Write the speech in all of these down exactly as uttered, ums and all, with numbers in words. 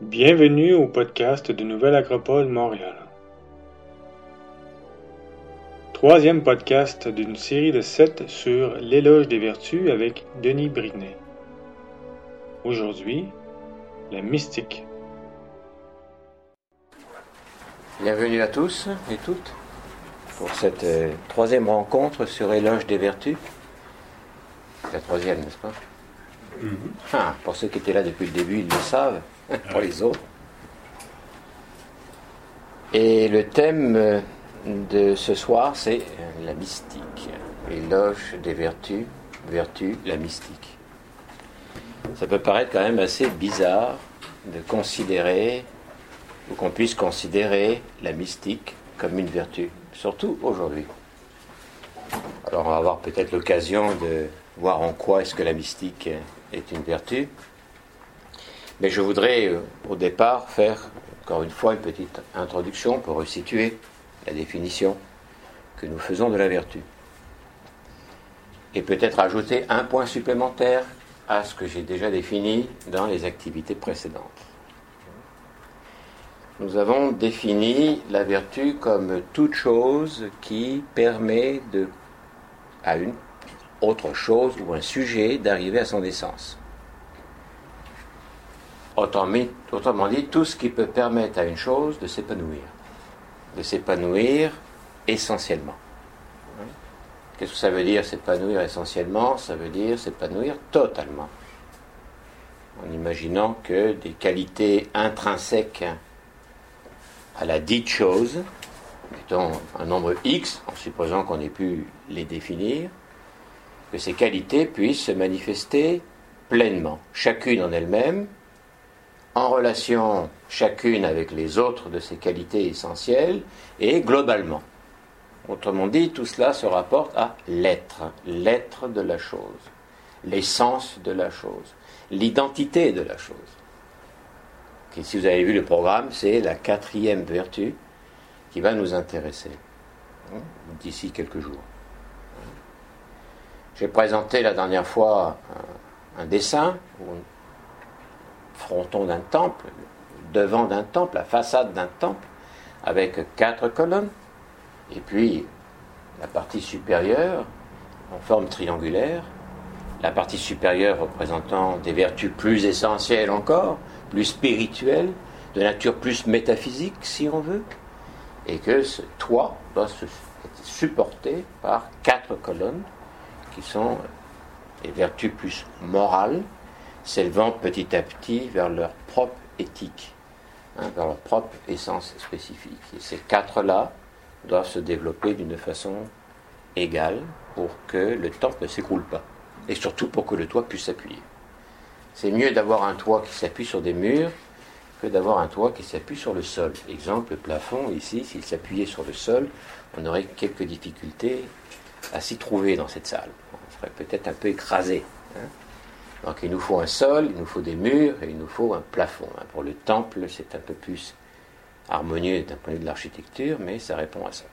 Bienvenue au podcast de Nouvelle Acropole Montréal. Troisième podcast d'une série de sept sur l'éloge des vertus avec Denis Brignet. Aujourd'hui, la mystique. Bienvenue à tous et toutes pour cette euh, troisième rencontre sur éloge des vertus. La troisième, n'est-ce pas? Mm-hmm. Ah, pour ceux qui étaient là depuis le début, ils le savent. Pour les autres. Et le thème de ce soir, c'est la mystique. Éloge des vertus, vertu, la mystique. Ça peut paraître quand même assez bizarre de considérer, ou qu'on puisse considérer la mystique comme une vertu, surtout aujourd'hui. Alors on va avoir peut-être l'occasion de voir en quoi est-ce que la mystique est une vertu. Mais je voudrais, euh, au départ, faire, encore une fois, une petite introduction pour resituer la définition que nous faisons de la vertu. Et peut-être ajouter un point supplémentaire à ce que j'ai déjà défini dans les activités précédentes. Nous avons défini la vertu comme toute chose qui permet de, à une autre chose ou un sujet d'arriver à son essence. Autrement dit, tout ce qui peut permettre à une chose de s'épanouir. De s'épanouir essentiellement. Qu'est-ce que ça veut dire s'épanouir essentiellement? Ça veut dire s'épanouir totalement. En imaginant que des qualités intrinsèques à la dite chose, mettons un nombre X, en supposant qu'on ait pu les définir, que ces qualités puissent se manifester pleinement, chacune en elle-même, en relation chacune avec les autres de ces qualités essentielles et globalement. Autrement dit, tout cela se rapporte à l'être, l'être de la chose, l'essence de la chose, l'identité de la chose. Et si vous avez vu le programme, c'est la quatrième vertu qui va nous intéresser d'ici quelques jours. J'ai présenté la dernière fois un, un dessin où fronton d'un temple, devant d'un temple, la façade d'un temple, avec quatre colonnes, et puis la partie supérieure en forme triangulaire, la partie supérieure représentant des vertus plus essentielles encore, plus spirituelles, de nature plus métaphysique si on veut, et que ce toit doit se, être supporté par quatre colonnes qui sont les vertus plus morales, s'élevant petit à petit vers leur propre éthique, hein, vers leur propre essence spécifique. Et ces quatre-là doivent se développer d'une façon égale pour que le temple ne s'écroule pas, et surtout pour que le toit puisse s'appuyer. C'est mieux d'avoir un toit qui s'appuie sur des murs que d'avoir un toit qui s'appuie sur le sol. Exemple, le plafond, ici, s'il s'appuyait sur le sol, on aurait quelques difficultés à s'y trouver dans cette salle. On serait peut-être un peu écrasé. Hein. Donc il nous faut un sol, il nous faut des murs et il nous faut un plafond. Pour le temple, c'est un peu plus harmonieux d'un point de vue de l'architecture, mais ça répond à ça.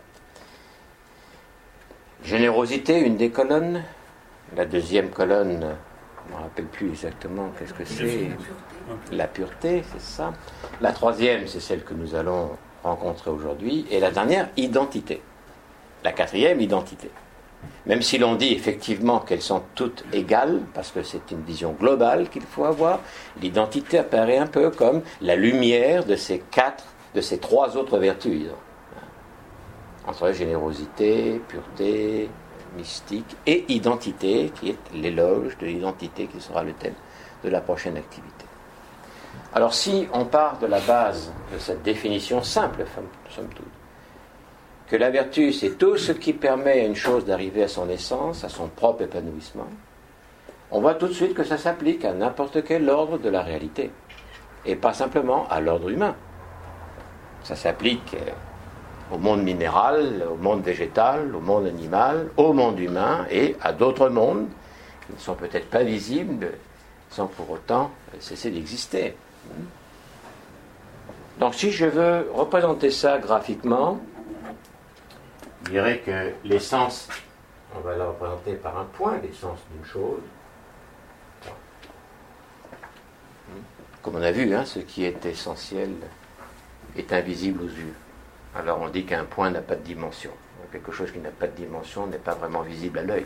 Générosité, une des colonnes. La deuxième colonne, je ne me rappelle plus exactement qu'est-ce que c'est. La pureté, c'est ça. La troisième, c'est celle que nous allons rencontrer aujourd'hui. Et la dernière, identité. La quatrième, identité. Même si l'on dit effectivement qu'elles sont toutes égales, parce que c'est une vision globale qu'il faut avoir, l'identité apparaît un peu comme la lumière de ces quatre, de ces trois autres vertus. Entre générosité, pureté, mystique et identité, qui est l'éloge de l'identité qui sera le thème de la prochaine activité. Alors si on part de la base de cette définition simple, somme toute, que la vertu, c'est tout ce qui permet à une chose d'arriver à son essence, à son propre épanouissement, on voit tout de suite que ça s'applique à n'importe quel ordre de la réalité, et pas simplement à l'ordre humain. Ça s'applique au monde minéral, au monde végétal, au monde animal, au monde humain, et à d'autres mondes qui ne sont peut-être pas visibles, sans pour autant cesser d'exister. Donc si je veux représenter ça graphiquement, je dirais que l'essence, on va la représenter par un point, l'essence d'une chose. Comme on a vu, hein, ce qui est essentiel est invisible aux yeux. Alors on dit qu'un point n'a pas de dimension. Quelque chose qui n'a pas de dimension n'est pas vraiment visible à l'œil.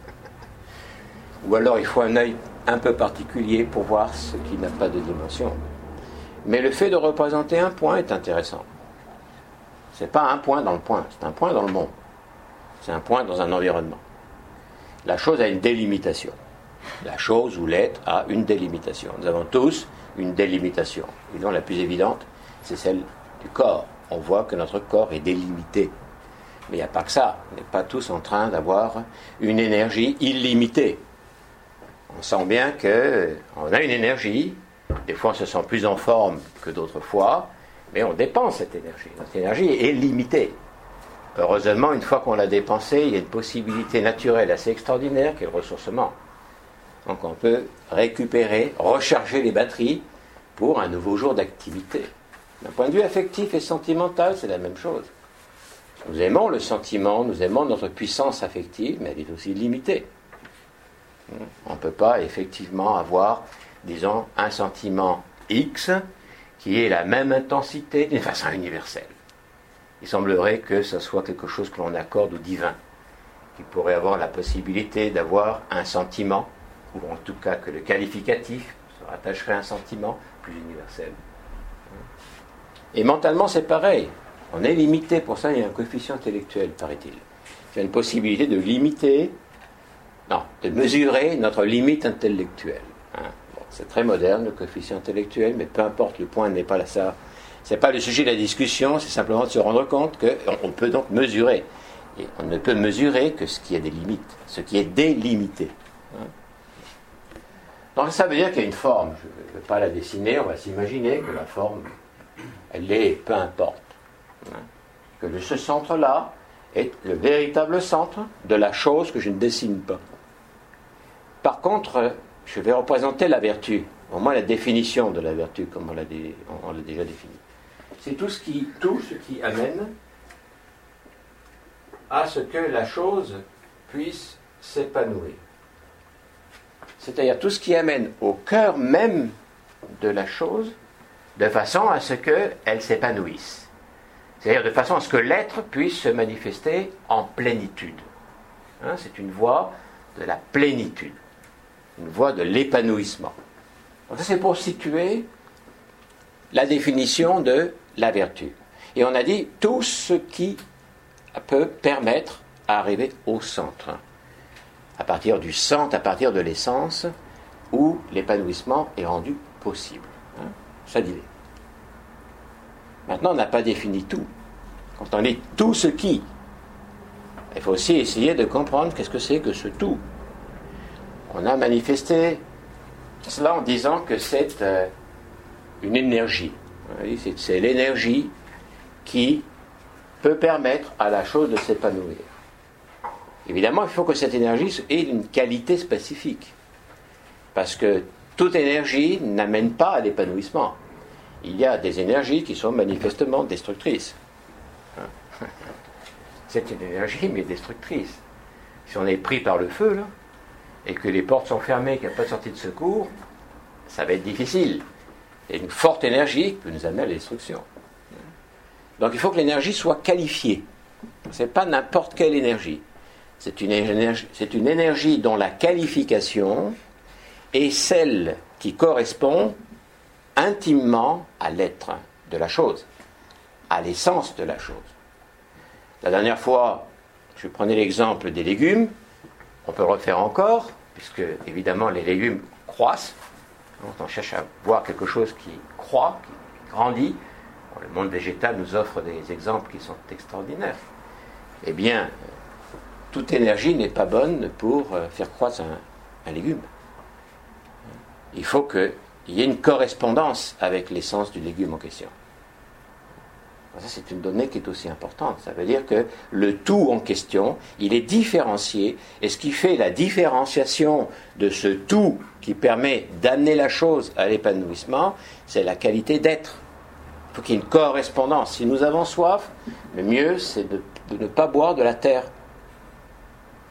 Ou alors il faut un œil un peu particulier pour voir ce qui n'a pas de dimension. Mais le fait de représenter un point est intéressant. Ce n'est pas un point dans le point, c'est un point dans le monde. C'est un point dans un environnement. La chose a une délimitation. La chose ou l'être a une délimitation. Nous avons tous une délimitation. Et donc la plus évidente, c'est celle du corps. On voit que notre corps est délimité. Mais il n'y a pas que ça. On n'est pas tous en train d'avoir une énergie illimitée. On sent bien qu'on a une énergie. Des fois, on se sent plus en forme que d'autres fois. Mais on dépense cette énergie. Notre énergie est limitée. Heureusement, une fois qu'on l'a dépensée, il y a une possibilité naturelle assez extraordinaire qui est le ressourcement. Donc on peut récupérer, recharger les batteries pour un nouveau jour d'activité. D'un point de vue affectif et sentimental, c'est la même chose. Nous aimons le sentiment, nous aimons notre puissance affective, mais elle est aussi limitée. On ne peut pas effectivement avoir, disons, un sentiment X qui ait la même intensité d'une façon universelle. Il semblerait que ce soit quelque chose que l'on accorde au divin, qui pourrait avoir la possibilité d'avoir un sentiment, ou en tout cas que le qualificatif se rattacherait à un sentiment plus universel. Et mentalement, c'est pareil. On est limité, pour ça il y a un coefficient intellectuel, paraît-il. Il y a une possibilité de limiter, non, de mesurer notre limite intellectuelle. Hein. Bon, c'est très moderne, le coefficient intellectuel, mais peu importe, le point n'est pas là, ça. Ce n'est pas le sujet de la discussion, c'est simplement de se rendre compte qu'on peut donc mesurer. Et on ne peut mesurer que ce qui a des limites, ce qui est délimité. Hein. Donc ça veut dire qu'il y a une forme. Je ne vais pas la dessiner, on va s'imaginer que la forme, elle est, peu importe. Hein. Que ce centre-là est le véritable centre de la chose que je ne dessine pas. Par contre, je vais représenter la vertu, au moins la définition de la vertu, comme on l'a, dé, on l'a déjà définie. C'est tout ce qui, tout ce qui amène à ce que la chose puisse s'épanouir. C'est-à-dire tout ce qui amène au cœur même de la chose, de façon à ce qu'elle s'épanouisse. C'est-à-dire de façon à ce que l'être puisse se manifester en plénitude. Hein, c'est une voie de la plénitude, une voie de l'épanouissement. Donc ça, c'est pour situer la définition de la vertu. Et on a dit tout ce qui peut permettre d'arriver au centre. À partir du centre, à partir de l'essence, où l'épanouissement est rendu possible. Hein, ça dit. Maintenant, on n'a pas défini tout. Quand on dit tout ce qui, il faut aussi essayer de comprendre qu'est-ce que c'est que ce tout. On a manifesté cela en disant que c'est euh, une énergie. C'est, c'est l'énergie qui peut permettre à la chose de s'épanouir. Évidemment, il faut que cette énergie ait une qualité spécifique. Parce que toute énergie n'amène pas à l'épanouissement. Il y a des énergies qui sont manifestement destructrices. C'est une énergie, mais destructrice. Si on est pris par le feu, là, et que les portes sont fermées, qu'il n'y a pas de sortie de secours, ça va être difficile. Et une forte énergie peut nous amener à la destruction. Donc il faut que l'énergie soit qualifiée. Ce n'est pas n'importe quelle énergie. C'est une énergie, c'est une énergie dont la qualification est celle qui correspond intimement à l'être de la chose, à l'essence de la chose. La dernière fois, je prenais l'exemple des légumes. On peut le refaire encore, puisque évidemment les légumes croissent. On cherche à voir quelque chose qui croît, qui grandit. Bon, le monde végétal nous offre des exemples qui sont extraordinaires. Eh bien, toute énergie n'est pas bonne pour faire croître un, un légume. Il faut qu'il y ait une correspondance avec l'essence du légume en question. Ça, c'est une donnée qui est aussi importante. Ça veut dire que le tout en question, il est différencié. Et ce qui fait la différenciation de ce tout qui permet d'amener la chose à l'épanouissement, c'est la qualité d'être. Il faut qu'il y ait une correspondance. Si nous avons soif, le mieux, c'est de, de ne pas boire de la terre.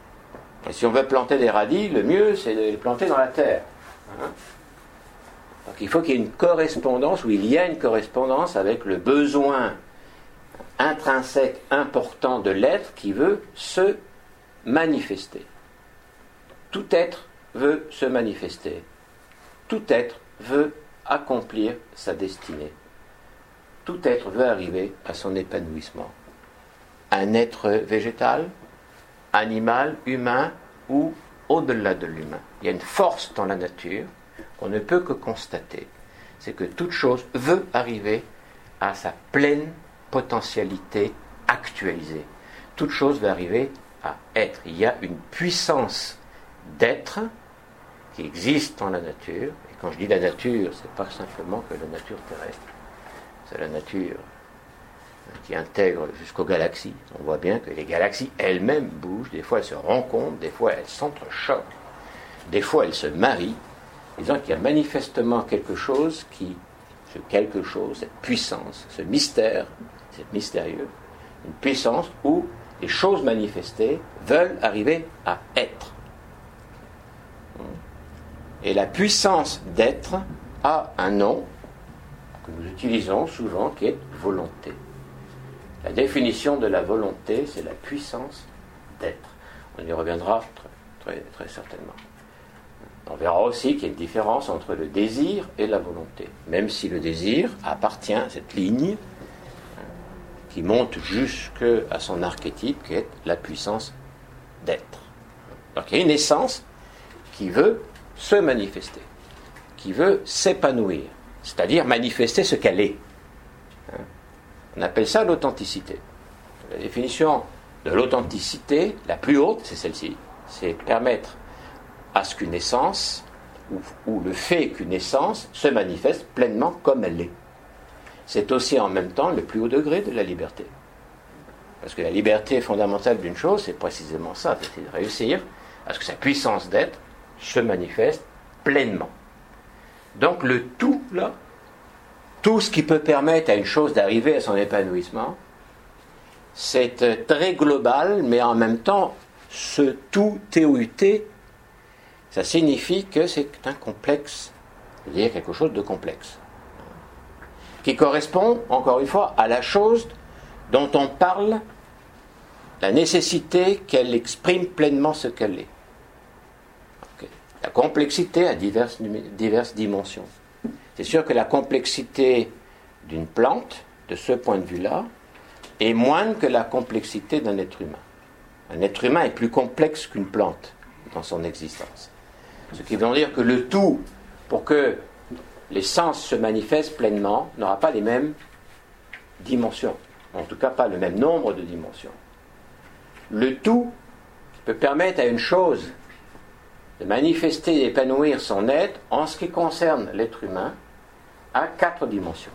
Et si on veut planter des radis, le mieux, c'est de les planter dans la terre. Hein ? Pas Donc il faut qu'il y ait une correspondance, ou il y a une correspondance avec le besoin intrinsèque important de l'être qui veut se manifester. Tout être veut se manifester. Tout être veut accomplir sa destinée. Tout être veut arriver à son épanouissement. Un être végétal, animal, humain ou au-delà de l'humain. Il y a une force dans la nature qu'on ne peut que constater. C'est que toute chose veut arriver à sa pleine potentialité actualisée. Toute chose veut arriver à être. Il y a une puissance d'être qui existe dans la nature. Et quand je dis la nature, ce n'est pas simplement que la nature terrestre. C'est la nature qui intègre jusqu'aux galaxies. On voit bien que les galaxies elles-mêmes bougent. Des fois, elles se rencontrent. Des fois, elles s'entrechoquent. Des fois, elles se marient. Disons qu'il y a manifestement quelque chose qui, ce quelque chose, cette puissance, ce mystère, c'est mystérieux, une puissance où les choses manifestées veulent arriver à être. Et la puissance d'être a un nom que nous utilisons souvent qui est volonté. La définition de la volonté, c'est la puissance d'être. On y reviendra très, très, très certainement. On verra aussi qu'il y a une différence entre le désir et la volonté. Même si le désir appartient à cette ligne qui monte jusqu'à son archétype, qui est la puissance d'être. Donc il y a une essence qui veut se manifester, qui veut s'épanouir, c'est-à-dire manifester ce qu'elle est. On appelle ça l'authenticité. La définition de l'authenticité, la plus haute, c'est celle-ci. C'est permettre à ce qu'une essence, ou, ou le fait qu'une essence se manifeste pleinement comme elle l'est. C'est aussi en même temps le plus haut degré de la liberté. Parce que la liberté fondamentale d'une chose, c'est précisément ça, c'est de réussir à ce que sa puissance d'être se manifeste pleinement. Donc le tout, là, tout ce qui peut permettre à une chose d'arriver à son épanouissement, c'est très global, mais en même temps, ce tout T O U T, ça signifie que c'est un complexe, c'est-à-dire quelque chose de complexe, qui correspond, encore une fois, à la chose dont on parle, la nécessité qu'elle exprime pleinement ce qu'elle est. Okay. La complexité a diverses, diverses dimensions. C'est sûr que la complexité d'une plante, de ce point de vue-là, est moindre que la complexité d'un être humain. Un être humain est plus complexe qu'une plante dans son existence. Ce qui veut dire que le tout, pour que les sens se manifestent pleinement, n'aura pas les mêmes dimensions. En tout cas, pas le même nombre de dimensions. Le tout peut permettre à une chose de manifester et d'épanouir son être en ce qui concerne l'être humain à quatre dimensions.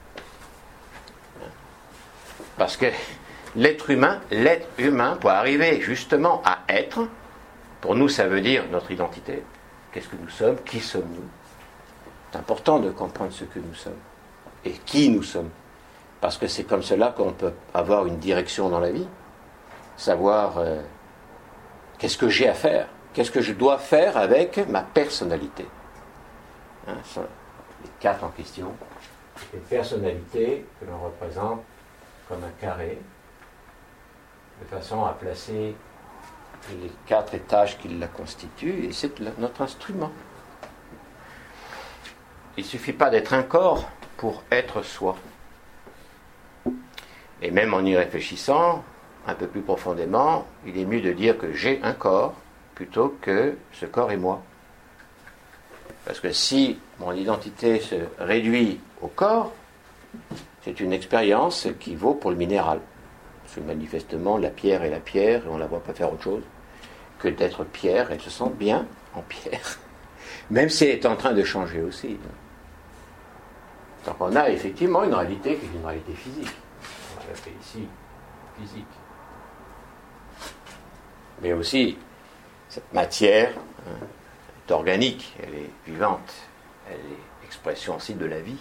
Parce que l'être humain, l'être humain, pour arriver justement à être, pour nous ça veut dire notre identité. Qu'est-ce que nous sommes? Qui sommes-nous? C'est important de comprendre ce que nous sommes et qui nous sommes. Parce que c'est comme cela qu'on peut avoir une direction dans la vie. Savoir euh, qu'est-ce que j'ai à faire, qu'est-ce que je dois faire avec ma personnalité. Hein, ce sont les quatre en question. Une personnalité que l'on représente comme un carré, de façon à placer les quatre étages qui la constituent, et c'est notre instrument. Il ne suffit pas d'être un corps pour être soi. Et même en y réfléchissant un peu plus profondément, il est mieux de dire que j'ai un corps plutôt que ce corps est moi. Parce que si mon identité se réduit au corps, c'est une expérience qui vaut pour le minéral. Parce que manifestement, la pierre est la pierre et on ne la voit pas faire autre chose que d'être pierre et se sent bien en pierre. Même si elle est en train de changer aussi. Donc on a effectivement une réalité qui est une réalité physique. On va l'appeler ici physique. Mais aussi, cette matière hein, est organique, elle est vivante, elle est expression aussi de la vie.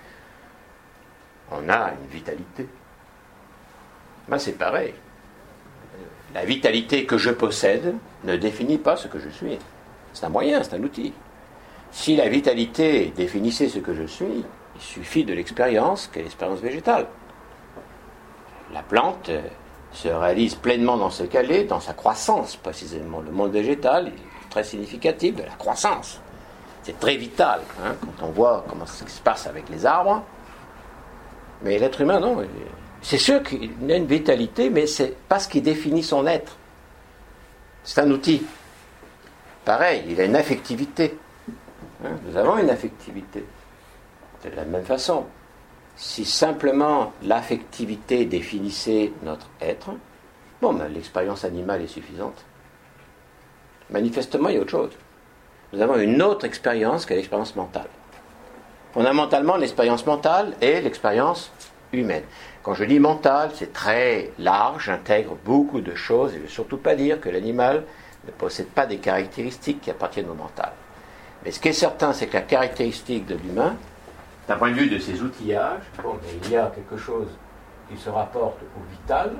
On a une vitalité. Ben, c'est pareil. La vitalité que je possède ne définit pas ce que je suis. C'est un moyen, c'est un outil. Si la vitalité définissait ce que je suis, il suffit de l'expérience qu'est l'expérience végétale. La plante euh, se réalise pleinement dans ce qu'elle est, dans sa croissance précisément. Le monde végétal est très significatif de la croissance. C'est très vital, hein, quand on voit comment ça se passe avec les arbres. Mais l'être humain, non. C'est sûr qu'il a une vitalité, mais c'est pas ce qui définit son être. C'est un outil. Pareil, il a une affectivité. Hein, nous avons une affectivité. C'est de la même façon. Si simplement l'affectivité définissait notre être, bon, ben, l'expérience animale est suffisante. Manifestement, il y a autre chose. Nous avons une autre expérience qu'est l'expérience mentale. Fondamentalement, l'expérience mentale est l'expérience humaine. Quand je dis mentale, c'est très large, j'intègre beaucoup de choses, et je ne veux surtout pas dire que l'animal ne possède pas des caractéristiques qui appartiennent au mental. Mais ce qui est certain, c'est que la caractéristique de l'humain, d'un point de vue de ses outillages, bon, mais il y a quelque chose qui se rapporte au vital,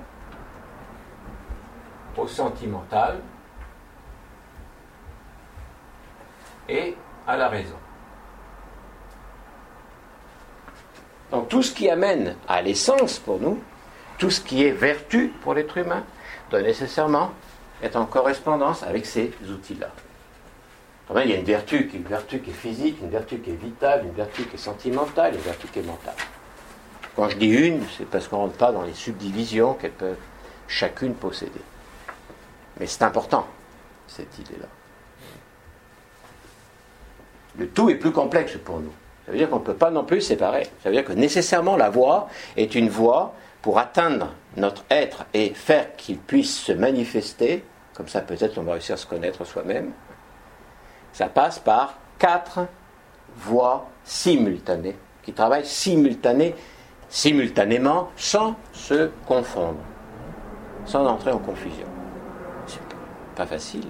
au sentimental et à la raison. Donc tout ce qui amène à l'essence pour nous, tout ce qui est vertu pour l'être humain, doit nécessairement être en correspondance avec ces outils-là. Il y a une vertu qui est une vertu qui est physique, une vertu qui est vitale, une vertu qui est sentimentale, une vertu qui est mentale. Quand je dis une, c'est parce qu'on ne rentre pas dans les subdivisions qu'elles peuvent chacune posséder. Mais c'est important, cette idée-là. Le tout est plus complexe pour nous. Ça veut dire qu'on ne peut pas non plus séparer. Ça veut dire que nécessairement la voie est une voie pour atteindre notre être et faire qu'il puisse se manifester, comme ça peut-être on va réussir à se connaître soi-même. Ça passe par quatre voies simultanées, qui travaillent simultanées, simultanément, sans se confondre, sans entrer en confusion. C'est pas facile.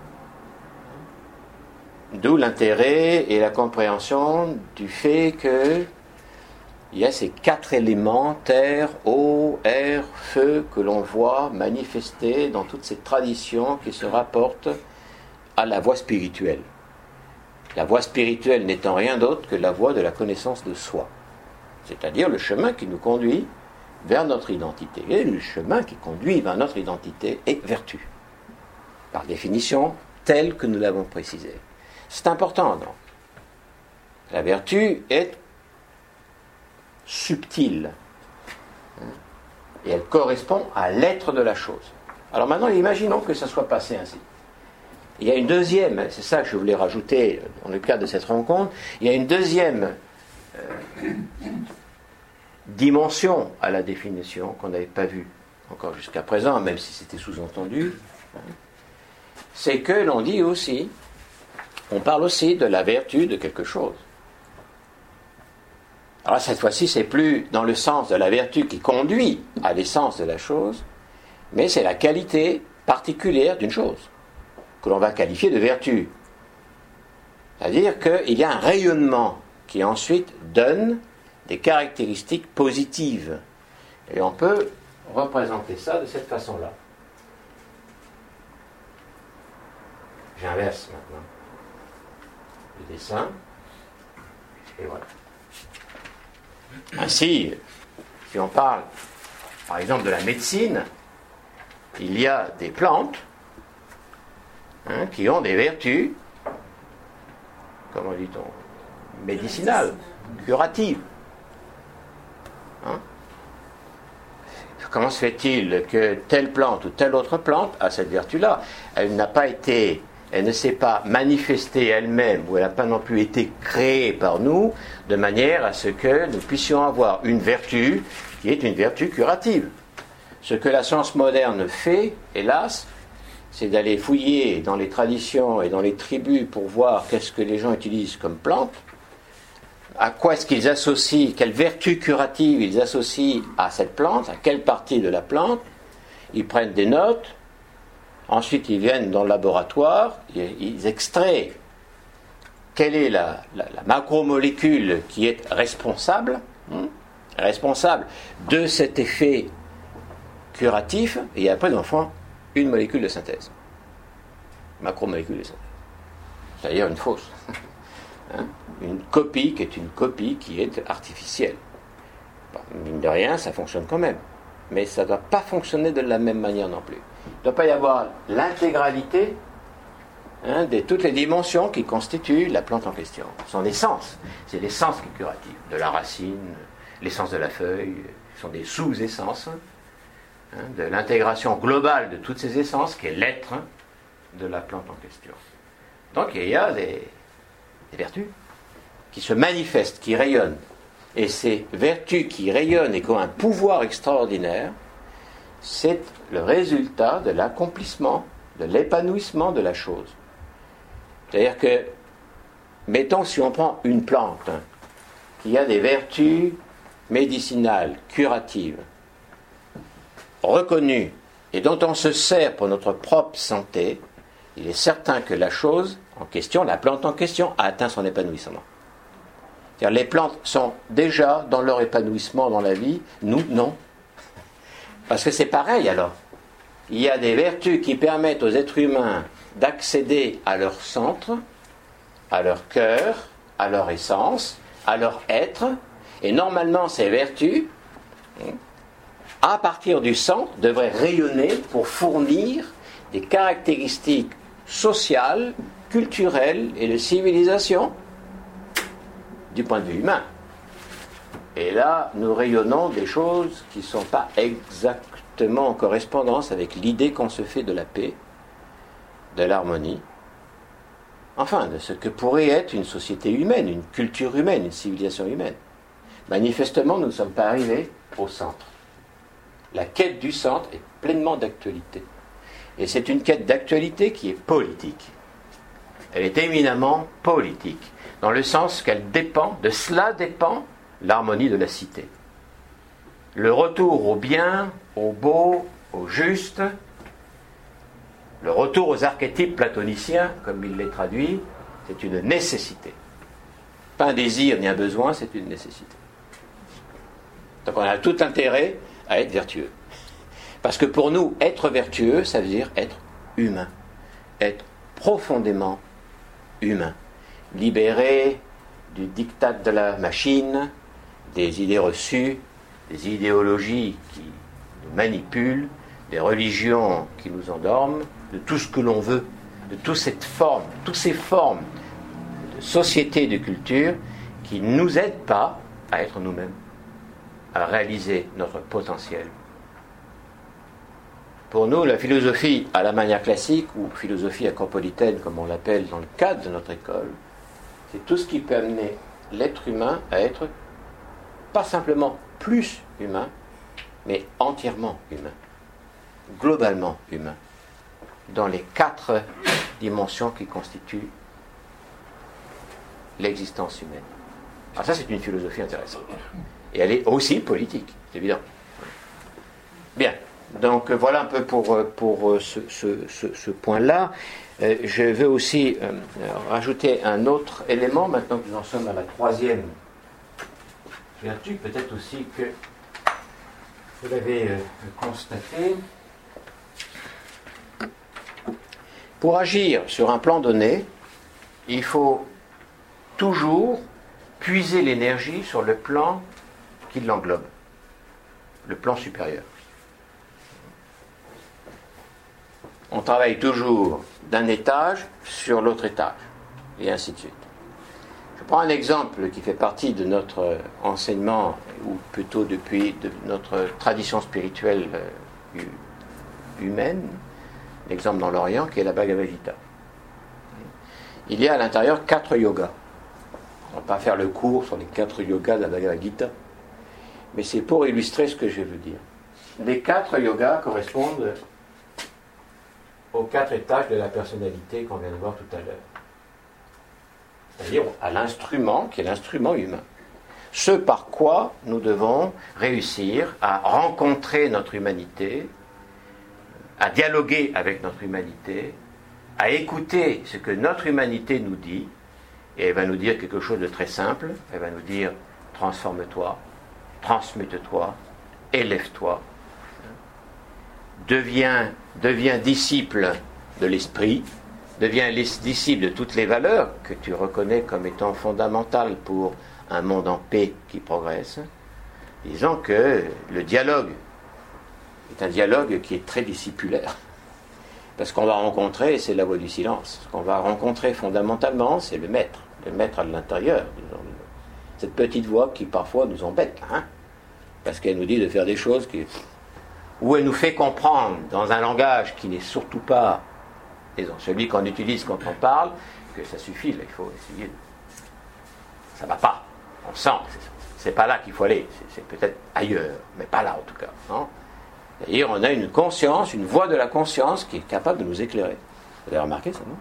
D'où l'intérêt et la compréhension du fait que il y a ces quatre éléments, terre, eau, air, feu, que l'on voit manifester dans toutes ces traditions qui se rapportent à la voie spirituelle. La voie spirituelle n'étant rien d'autre que la voie de la connaissance de soi, c'est-à-dire le chemin qui nous conduit vers notre identité. Et le chemin qui conduit vers notre identité est vertu, par définition, tel que nous l'avons précisé. C'est important, donc. La vertu est subtile, et elle correspond à l'être de la chose. Alors maintenant, imaginons que ça soit passé ainsi. Il y a une deuxième, c'est ça que je voulais rajouter dans le cadre de cette rencontre, il y a une deuxième euh, dimension à la définition qu'on n'avait pas vue encore jusqu'à présent, même si c'était sous-entendu, hein, c'est que l'on dit aussi, on parle aussi de la vertu de quelque chose. Alors cette fois-ci, c'est plus dans le sens de la vertu qui conduit à l'essence de la chose, mais c'est la qualité particulière d'une chose, que l'on va qualifier de vertu. C'est-à-dire qu'il y a un rayonnement qui ensuite donne des caractéristiques positives. Et on peut représenter ça de cette façon-là. J'inverse maintenant le dessin, et voilà. Ainsi, si on parle par exemple de la médecine, il y a des plantes hein, qui ont des vertus, comment dit-on, médicinales, curatives. Hein? Comment se fait-il que telle plante ou telle autre plante a cette vertu-là? Elle n'a pas été, elle ne s'est pas manifestée elle-même, ou elle n'a pas non plus été créée par nous, de manière à ce que nous puissions avoir une vertu qui est une vertu curative. Ce que la science moderne fait, hélas, c'est d'aller fouiller dans les traditions et dans les tribus pour voir qu'est-ce que les gens utilisent comme plante, à quoi est-ce qu'ils associent, quelle vertu curative ils associent à cette plante, à quelle partie de la plante. Ils prennent des notes, ensuite ils viennent dans le laboratoire, ils extraient quelle est la, la, la macromolécule qui est responsable, hein, responsable de cet effet curatif, et après ils en font une molécule de synthèse. Macromolécule de synthèse. C'est-à-dire une fausse. Hein, une copie qui est une copie qui est artificielle. Bon, mine de rien, ça fonctionne quand même. Mais ça ne doit pas fonctionner de la même manière non plus. Il ne doit pas y avoir l'intégralité hein, de toutes les dimensions qui constituent la plante en question. Son essence, c'est l'essence qui est curative. De la racine, l'essence de la feuille, ce sont des sous-essences. Hein, de l'intégration globale de toutes ces essences, qui est l'être hein, de la plante en question. Donc il y a des, des vertus qui se manifestent, qui rayonnent. Et ces vertus qui rayonnent et qui ont un pouvoir extraordinaire, c'est le résultat de l'accomplissement, de l'épanouissement de la chose. C'est-à-dire que, mettons si on prend une plante hein, qui a des vertus médicinales, curatives, reconnues, et dont on se sert pour notre propre santé, il est certain que la chose en question, la plante en question, a atteint son épanouissement. C'est-à-dire, les plantes sont déjà dans leur épanouissement dans la vie, nous, non. Parce que c'est pareil alors. Il y a des vertus qui permettent aux êtres humains d'accéder à leur centre, à leur cœur, à leur essence, à leur être, et normalement ces vertus, à partir du centre, devraient rayonner pour fournir des caractéristiques sociales, culturelles et de civilisation du point de vue humain. Et là, nous rayonnons des choses qui ne sont pas exactement en correspondance avec l'idée qu'on se fait de la paix, de l'harmonie, enfin, de ce que pourrait être une société humaine, une culture humaine, une civilisation humaine. Manifestement, nous ne sommes pas arrivés au centre. La quête du centre est pleinement d'actualité. Et c'est une quête d'actualité qui est politique. Elle est éminemment politique, dans le sens qu'elle dépend, de cela dépend l'harmonie de la cité. Le retour au bien, au beau, au juste, le retour aux archétypes platoniciens, comme il les traduit, c'est une nécessité. Pas un désir ni un besoin, c'est une nécessité. Donc on a tout intérêt à être vertueux. Parce que pour nous, être vertueux, ça veut dire être humain. Être profondément humain. Libéré du diktat de la machine, des idées reçues, des idéologies qui nous manipulent, des religions qui nous endorment, de tout ce que l'on veut, de toute cette forme, toutes ces formes de société et de culture qui ne nous aident pas à être nous-mêmes, à réaliser notre potentiel. Pour nous, la philosophie à la manière classique, ou philosophie acropolitaine, comme on l'appelle dans le cadre de notre école, c'est tout ce qui peut amener l'être humain à être pas simplement plus humain, mais entièrement humain, globalement humain, dans les quatre dimensions qui constituent l'existence humaine. Alors ça, c'est une philosophie intéressante. Et elle est aussi politique, c'est évident. Bien. Donc voilà un peu pour, pour ce, ce, ce, ce point-là. Euh, je veux aussi euh, rajouter un autre élément, maintenant que nous en sommes à la troisième vertu, peut-être aussi que vous l'avez euh, constaté. Pour agir sur un plan donné, il faut toujours puiser l'énergie sur le plan qui l'englobe, le plan supérieur. On travaille toujours d'un étage sur l'autre étage, et ainsi de suite. Je prends un exemple qui fait partie de notre enseignement, ou plutôt depuis de notre tradition spirituelle euh, humaine, l'exemple dans l'Orient, qui est la Bhagavad Gita. Il y a à l'intérieur quatre yogas. On ne va pas faire le cours sur les quatre yogas de la Bhagavad Gita, mais c'est pour illustrer ce que je veux dire. Les quatre yogas correspondent aux quatre étages de la personnalité qu'on vient de voir tout à l'heure. C'est-à-dire à l'instrument qui est l'instrument humain. Ce par quoi nous devons réussir à rencontrer notre humanité, à dialoguer avec notre humanité, à écouter ce que notre humanité nous dit, et elle va nous dire quelque chose de très simple, elle va nous dire transforme-toi, transmute-toi, élève-toi, deviens, deviens disciple de l'esprit, deviens disciple de toutes les valeurs que tu reconnais comme étant fondamentales pour un monde en paix qui progresse, disons que le dialogue est un dialogue qui est très discipulaire. Parce qu'on va rencontrer, c'est la voie du silence. Ce qu'on va rencontrer fondamentalement, c'est le maître, le maître à l'intérieur. Disons. Cette petite voix qui parfois nous embête, hein, parce qu'elle nous dit de faire des choses qui, où elle nous fait comprendre dans un langage qui n'est surtout pas, disons, celui qu'on utilise quand on parle, que ça suffit, là, il faut essayer. Ça ne va pas. On sent, c'est, c'est pas là qu'il faut aller, c'est, c'est peut-être ailleurs, mais pas là en tout cas. Non. C'est-à-dire, on a une conscience, une voix de la conscience qui est capable de nous éclairer. Vous avez remarqué ça, non?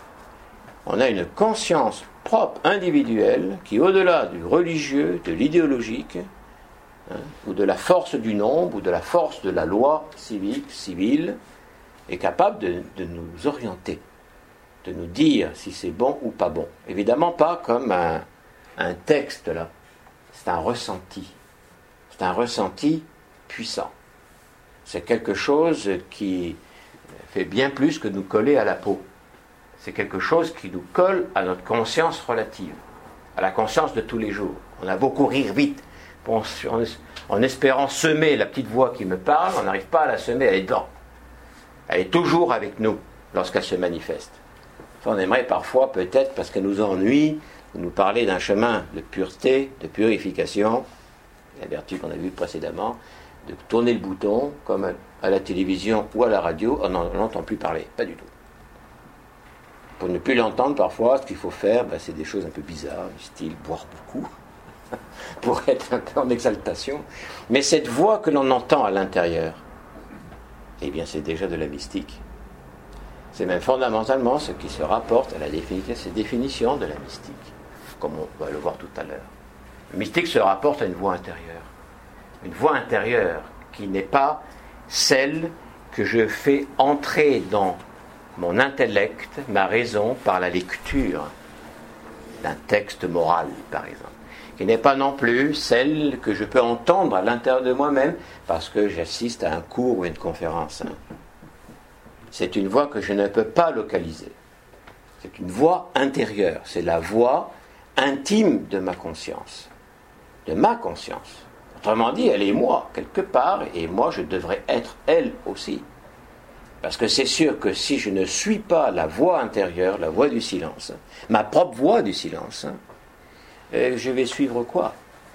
On a une conscience propre, individuelle, qui, au-delà du religieux, de l'idéologique, hein, ou de la force du nombre, ou de la force de la loi civique, civile, est capable de, de nous orienter, de nous dire si c'est bon ou pas bon. Évidemment pas comme un, un texte, là. C'est un ressenti. C'est un ressenti puissant. C'est quelque chose qui fait bien plus que nous coller à la peau. C'est quelque chose qui nous colle à notre conscience relative, à la conscience de tous les jours. On a beaucoup rire vite, en, en espérant semer la petite voix qui me parle, on n'arrive pas à la semer, elle est dedans. Elle est toujours avec nous lorsqu'elle se manifeste. Enfin, on aimerait parfois, peut-être, parce qu'elle nous ennuie, nous parler d'un chemin de pureté, de purification, la vertu qu'on a vue précédemment, de tourner le bouton, comme à la télévision ou à la radio, on n'entend plus parler, pas du tout. Pour ne plus l'entendre, parfois, ce qu'il faut faire, ben, c'est des choses un peu bizarres, du style boire beaucoup, pour être un peu en exaltation. Mais cette voix que l'on entend à l'intérieur, eh bien, c'est déjà de la mystique. C'est même fondamentalement ce qui se rapporte à la définition, ces définitions de la mystique, comme on va le voir tout à l'heure. Le mystique se rapporte à une voix intérieure. Une voix intérieure qui n'est pas celle que je fais entrer dans mon intellect, ma raison, par la lecture d'un texte moral, par exemple. Qui n'est pas non plus celle que je peux entendre à l'intérieur de moi-même parce que j'assiste à un cours ou à une conférence. C'est une voix que je ne peux pas localiser. C'est une voix intérieure. C'est la voix intime de ma conscience. De ma conscience. Autrement dit, elle est moi, quelque part, et moi, je devrais être elle aussi. Parce que c'est sûr que si je ne suis pas la voix intérieure, la voix du silence, ma propre voix du silence, je vais suivre quoi?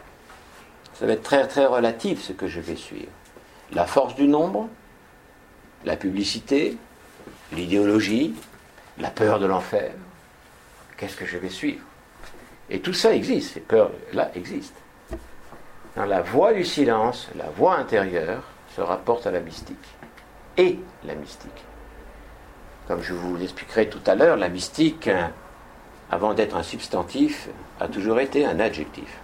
Ça va être très, très relatif, ce que je vais suivre. La force du nombre, la publicité, l'idéologie, la peur de l'enfer. Qu'est-ce que je vais suivre? Et tout ça existe, ces peurs-là existent. Dans la voix du silence, la voix intérieure se rapporte à la mystique. Et la mystique. Comme je vous l'expliquerai tout à l'heure, la mystique, avant d'être un substantif, a toujours été un adjectif.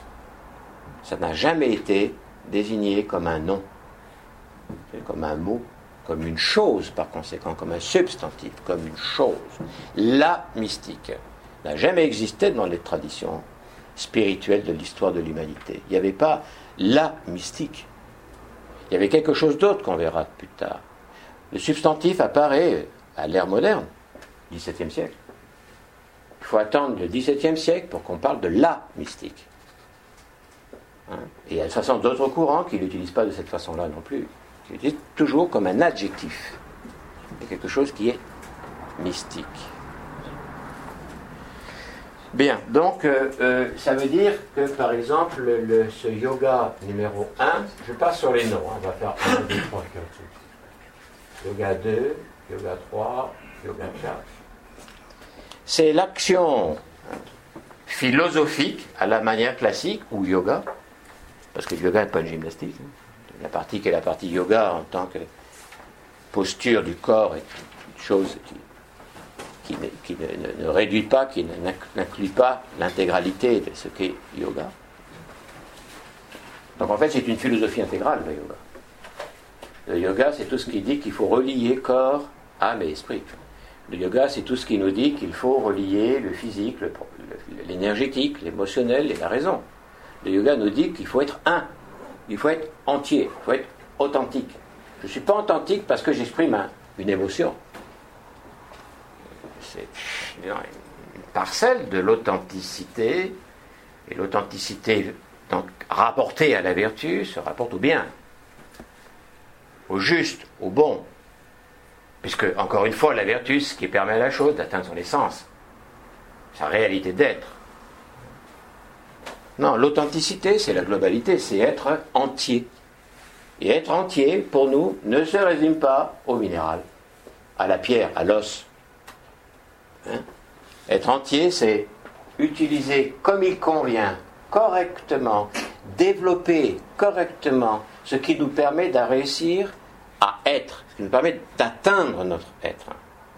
Ça n'a jamais été désigné comme un nom, comme un mot, comme une chose par conséquent, comme un substantif, comme une chose. La mystique n'a jamais existé dans les traditions spirituelles de l'histoire de l'humanité. Il n'y avait pas la mystique. Il y avait quelque chose d'autre qu'on verra plus tard. Le substantif apparaît à l'ère moderne, dix-septième siècle. Il faut attendre le dix-septième siècle pour qu'on parle de la mystique. Hein? Et il y a de toute façon d'autres courants qui ne l'utilisent pas de cette façon-là non plus. Qui l'utilisent toujours comme un adjectif. C'est quelque chose qui est mystique. Bien, donc euh, euh, ça veut dire que par exemple le, le, ce yoga numéro un, je passe sur les noms, hein, on va faire un, deux, trois, quatre. Yoga deux, yoga trois, yoga quatre. C'est l'action philosophique à la manière classique ou yoga, parce que le yoga n'est pas une gymnastique. Hein. La partie qui est la partie yoga en tant que posture du corps est une chose qui qui, ne, qui ne, ne réduit pas, qui n'inclut pas l'intégralité de ce qu'est yoga. Donc en fait, c'est une philosophie intégrale, le yoga. Le yoga, c'est tout ce qui dit qu'il faut relier corps, âme et esprit. Le yoga, c'est tout ce qui nous dit qu'il faut relier le physique, le, le, l'énergétique, l'émotionnel et la raison. Le yoga nous dit qu'il faut être un, il faut être entier, il faut être authentique. Je ne suis pas authentique parce que j'exprime un, une émotion. c'est une parcelle de l'authenticité, et l'authenticité, donc, rapportée à la vertu, se rapporte au bien, au juste, au bon. Puisque, encore une fois, la vertu, ce qui permet à la chose d'atteindre son essence, sa réalité d'être. Non, l'authenticité, c'est la globalité, c'est être entier. Et être entier, pour nous, ne se résume pas au minéral, à la pierre, à l'os. Hein? Être entier, c'est utiliser comme il convient, correctement, développer correctement ce qui nous permet de réussir à être, ce qui nous permet d'atteindre notre être.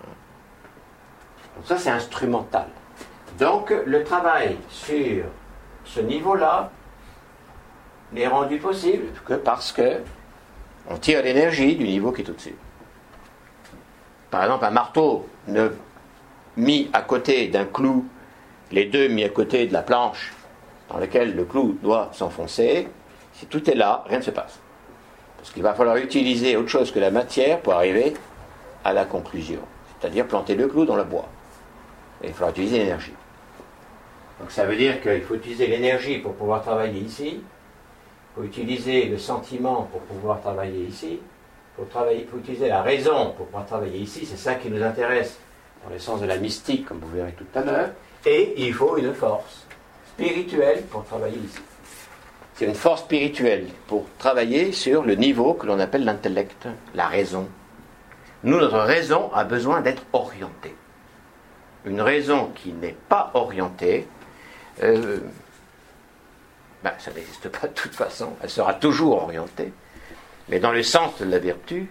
Donc ça, c'est instrumental. Donc, le travail sur ce niveau-là n'est rendu possible que parce que on tire l'énergie du niveau qui est au-dessus. Par exemple, un marteau ne mis à côté d'un clou, les deux mis à côté de la planche dans laquelle le clou doit s'enfoncer, si tout est là, rien ne se passe. Parce qu'il va falloir utiliser autre chose que la matière pour arriver à la conclusion. C'est-à-dire planter le clou dans le bois. Et il faudra utiliser l'énergie. Donc ça veut dire qu'il faut utiliser l'énergie pour pouvoir travailler ici. Il faut utiliser le sentiment pour pouvoir travailler ici. Il faut, travailler, il faut utiliser la raison pour pouvoir travailler ici. C'est ça qui nous intéresse dans le sens de la mystique, comme vous verrez tout à l'heure. Et il faut une force spirituelle pour travailler ici. C'est une force spirituelle pour travailler sur le niveau que l'on appelle l'intellect, la raison. Nous, notre raison a besoin d'être orientée. Une raison qui n'est pas orientée, euh, ben, ça n'existe pas de toute façon, elle sera toujours orientée, mais dans le sens de la vertu,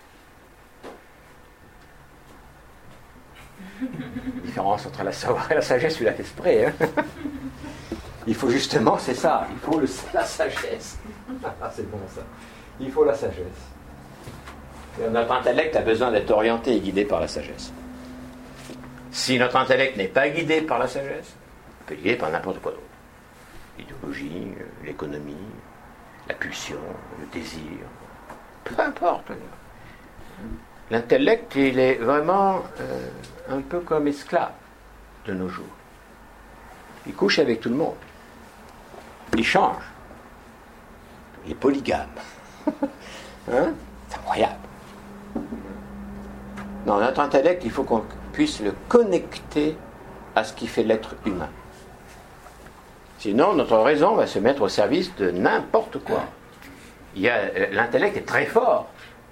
la différence entre la savoir et la sagesse, tu l'as fait exprès, hein. Il faut justement, c'est ça, il faut le, la sagesse. Ah, c'est bon ça. Il faut la sagesse. Et notre intellect a besoin d'être orienté et guidé par la sagesse. Si notre intellect n'est pas guidé par la sagesse, il peut être guidé par n'importe quoi d'autre. L'idéologie, l'économie, la pulsion, le désir, peu importe. L'intellect, il est vraiment euh, un peu comme esclave de nos jours. Il couche avec tout le monde. Il change. Il est polygame. Hein? C'est incroyable. Dans notre intellect, il faut qu'on puisse le connecter à ce qui fait l'être humain. Sinon, notre raison va se mettre au service de n'importe quoi. Il y a, l'intellect est très fort.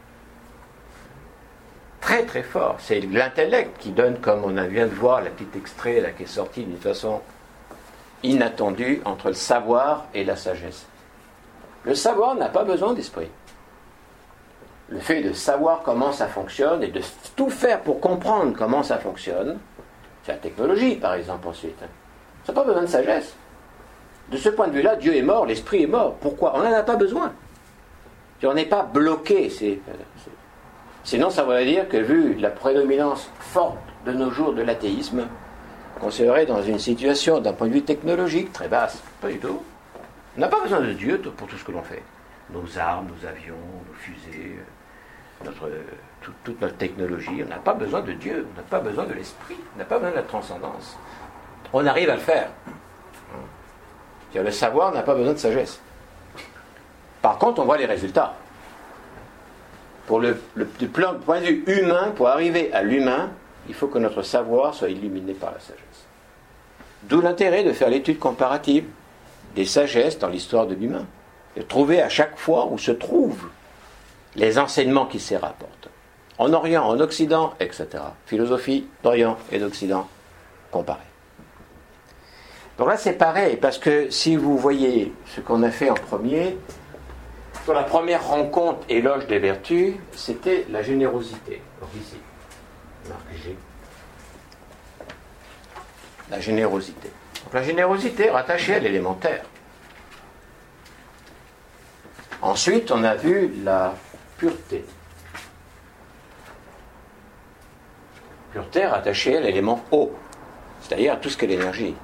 Très très fort. C'est l'intellect qui donne, comme on vient de voir, la petite extrait là, qui est sortie d'une façon inattendue entre le savoir et la sagesse. Le savoir n'a pas besoin d'esprit. Le fait de savoir comment ça fonctionne et de tout faire pour comprendre comment ça fonctionne, c'est la technologie par exemple ensuite. Ça n'a pas besoin de sagesse. De ce point de vue-là, Dieu est mort, l'esprit est mort. Pourquoi ? On n'en a pas besoin. On n'est pas bloqué. C'est, c'est... Sinon, ça voudrait dire que vu la prédominance forte de nos jours de l'athéisme, on serait dans une situation d'un point de vue technologique très basse. Pas du tout. On n'a pas besoin de Dieu pour tout ce que l'on fait. Nos armes, nos avions, nos fusées, notre, tout, toute notre technologie, on n'a pas besoin de Dieu, on n'a pas besoin de l'esprit, on n'a pas besoin de la transcendance. On arrive à le faire. Le savoir n'a pas besoin de sagesse. Par contre, on voit les résultats. Pour le, le, du plan, point de vue humain, pour arriver à l'humain, il faut que notre savoir soit illuminé par la sagesse. D'où l'intérêt de faire l'étude comparative des sagesses dans l'histoire de l'humain. De trouver à chaque fois où se trouvent les enseignements qui s'y rapportent. En Orient, en Occident, et cetera. Philosophie d'Orient et d'Occident comparée. Donc là, c'est pareil, parce que si vous voyez ce qu'on a fait en premier, sur la première rencontre éloge des vertus, c'était la générosité. Donc ici, marque G. La générosité. Donc la générosité rattachée à l'élémentaire. Ensuite, on a vu la pureté. Pureté rattachée à l'élément eau, c'est-à-dire à tout ce qu'est l'énergie.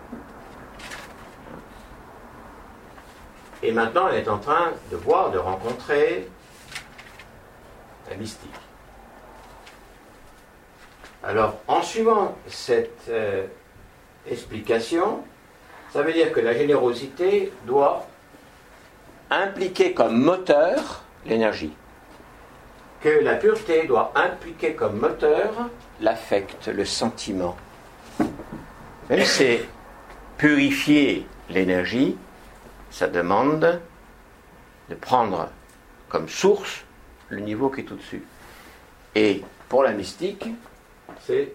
Et maintenant, elle est en train de voir, de rencontrer la mystique. Alors, en suivant cette euh, explication, ça veut dire que la générosité doit impliquer comme moteur l'énergie, que la pureté doit impliquer comme moteur l'affect, le sentiment. Même si c'est purifier l'énergie, ça demande de prendre comme source le niveau qui est au-dessus. Et pour la mystique, c'est...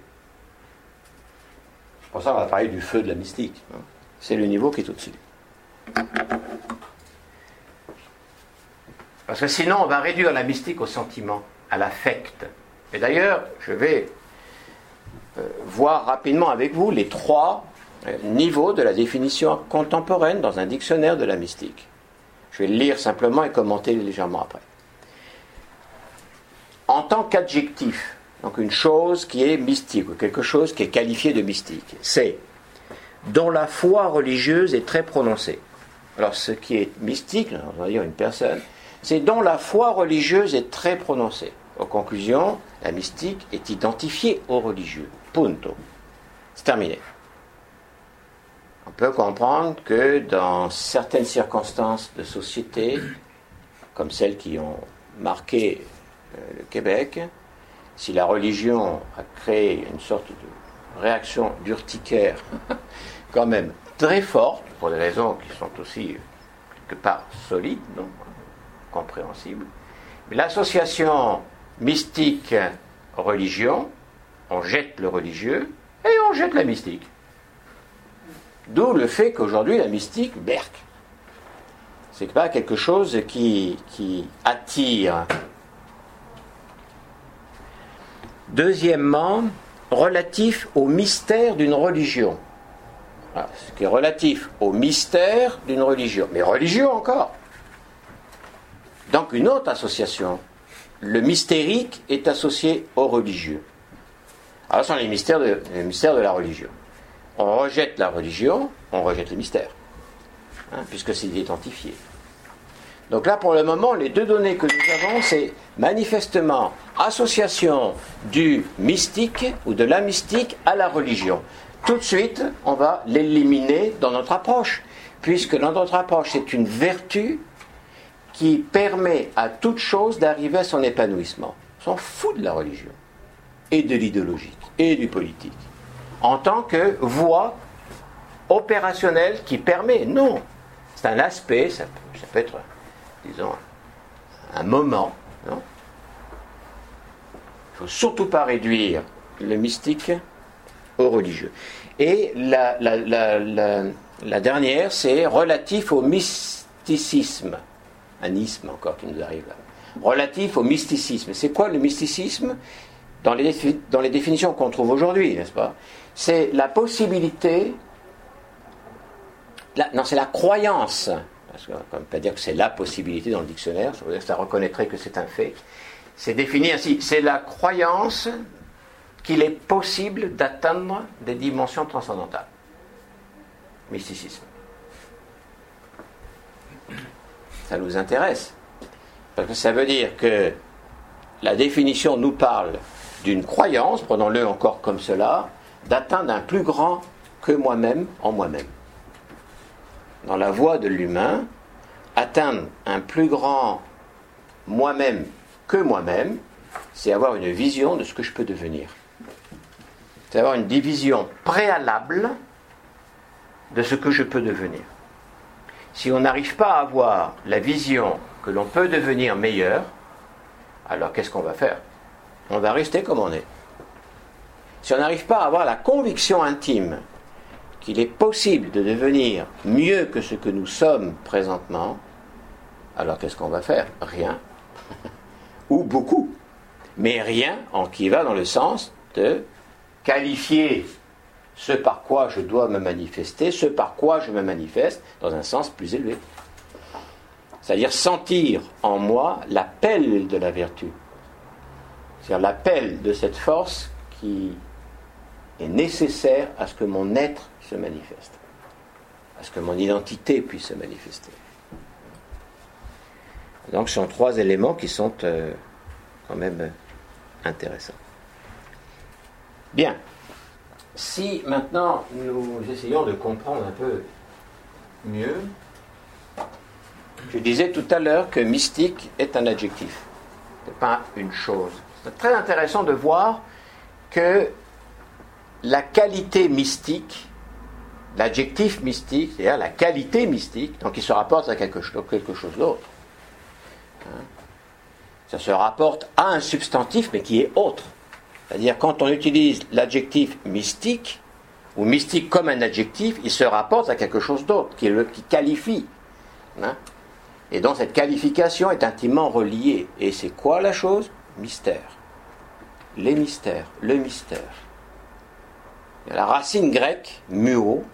Pour ça, on va parler du feu de la mystique. C'est le niveau qui est au-dessus. Parce que sinon, on va réduire la mystique au sentiment, à l'affect. Et d'ailleurs, je vais euh, voir rapidement avec vous les trois euh, niveaux de la définition contemporaine dans un dictionnaire de la mystique. Je vais le lire simplement et commenter légèrement après. En tant qu'adjectif, donc une chose qui est mystique, ou quelque chose qui est qualifié de mystique, c'est dont la foi religieuse est très prononcée. Alors ce qui est mystique, on va dire une personne, c'est dont la foi religieuse est très prononcée. En conclusion, la mystique est identifiée au religieux. Punto. C'est terminé. On peut comprendre que dans certaines circonstances de société, comme celles qui ont marqué euh, le Québec, si la religion a créé une sorte de réaction d'urticaire quand même très forte, pour des raisons qui sont aussi quelque part solides, non, compréhensibles, mais l'association mystique-religion, on jette le religieux et on jette la mystique. D'où le fait qu'aujourd'hui la mystique, berk, c'est pas quelque chose qui, qui attire. Deuxièmement, relatif au mystère d'une religion. Voilà, ce qui est relatif au mystère d'une religion. Mais religion encore. Donc une autre association. Le mystérique est associé au religieux. Alors ce sont les mystères de, les mystères de la religion. On rejette la religion, on rejette les mystères. Hein, puisque c'est identifié. Donc là, pour le moment, les deux données que nous avons, c'est manifestement association du mystique ou de la mystique à la religion. Tout de suite, on va l'éliminer dans notre approche, puisque dans notre approche, c'est une vertu qui permet à toute chose d'arriver à son épanouissement. On s'en fout de la religion, et de l'idéologique, et du politique, en tant que voie opérationnelle qui permet. Non, c'est un aspect, ça peut, ça peut être, disons, un moment. Non, il ne faut surtout pas réduire le mystique au religieux. Et la, la, la, la, la dernière, c'est relatif au mysticisme. Un isme encore qui nous arrive là. Relatif au mysticisme. C'est quoi le mysticisme ? Dans les, dans les définitions qu'on trouve aujourd'hui, n'est-ce pas ? C'est la possibilité, la, non, c'est la croyance, parce qu'on ne peut pas dire que c'est la possibilité dans le dictionnaire, ça veut dire que ça reconnaîtrait que c'est un fait. C'est défini ainsi, c'est la croyance qu'il est possible d'atteindre des dimensions transcendantales. Mysticisme. Ça nous intéresse, parce que ça veut dire que la définition nous parle d'une croyance, prenons-le encore comme cela, d'atteindre un plus grand que moi-même en moi-même. Dans la voie de l'humain, atteindre un plus grand moi-même que moi-même, c'est avoir une vision de ce que je peux devenir. C'est avoir une division préalable de ce que je peux devenir. Si on n'arrive pas à avoir la vision que l'on peut devenir meilleur, alors qu'est-ce qu'on va faire ? On va rester comme on est. Si on n'arrive pas à avoir la conviction intime qu'il est possible de devenir mieux que ce que nous sommes présentement, alors qu'est-ce qu'on va faire ? Rien. Ou beaucoup. Mais rien en qui va dans le sens de qualifier ce par quoi je dois me manifester, ce par quoi je me manifeste, dans un sens plus élevé. C'est-à-dire sentir en moi l'appel de la vertu. C'est-à-dire l'appel de cette force qui est nécessaire à ce que mon être se manifeste, à ce que mon identité puisse se manifester. Donc ce sont trois éléments qui sont euh, quand même intéressants. Bien. Si maintenant nous essayons de comprendre un peu mieux, je disais tout à l'heure que mystique est un adjectif, ce n'est pas une chose. C'est très intéressant de voir que la qualité mystique, l'adjectif mystique, c'est-à-dire la qualité mystique, donc il se rapporte à quelque chose, quelque chose d'autre. Hein? Ça se rapporte à un substantif, mais qui est autre. C'est-à-dire, quand on utilise l'adjectif mystique, ou mystique comme un adjectif, il se rapporte à quelque chose d'autre, qui, le, qui qualifie. Hein? Et donc, cette qualification est intimement reliée. Et c'est quoi la chose ? Mystère. Les mystères, le mystère. Il y a la racine grecque, muo,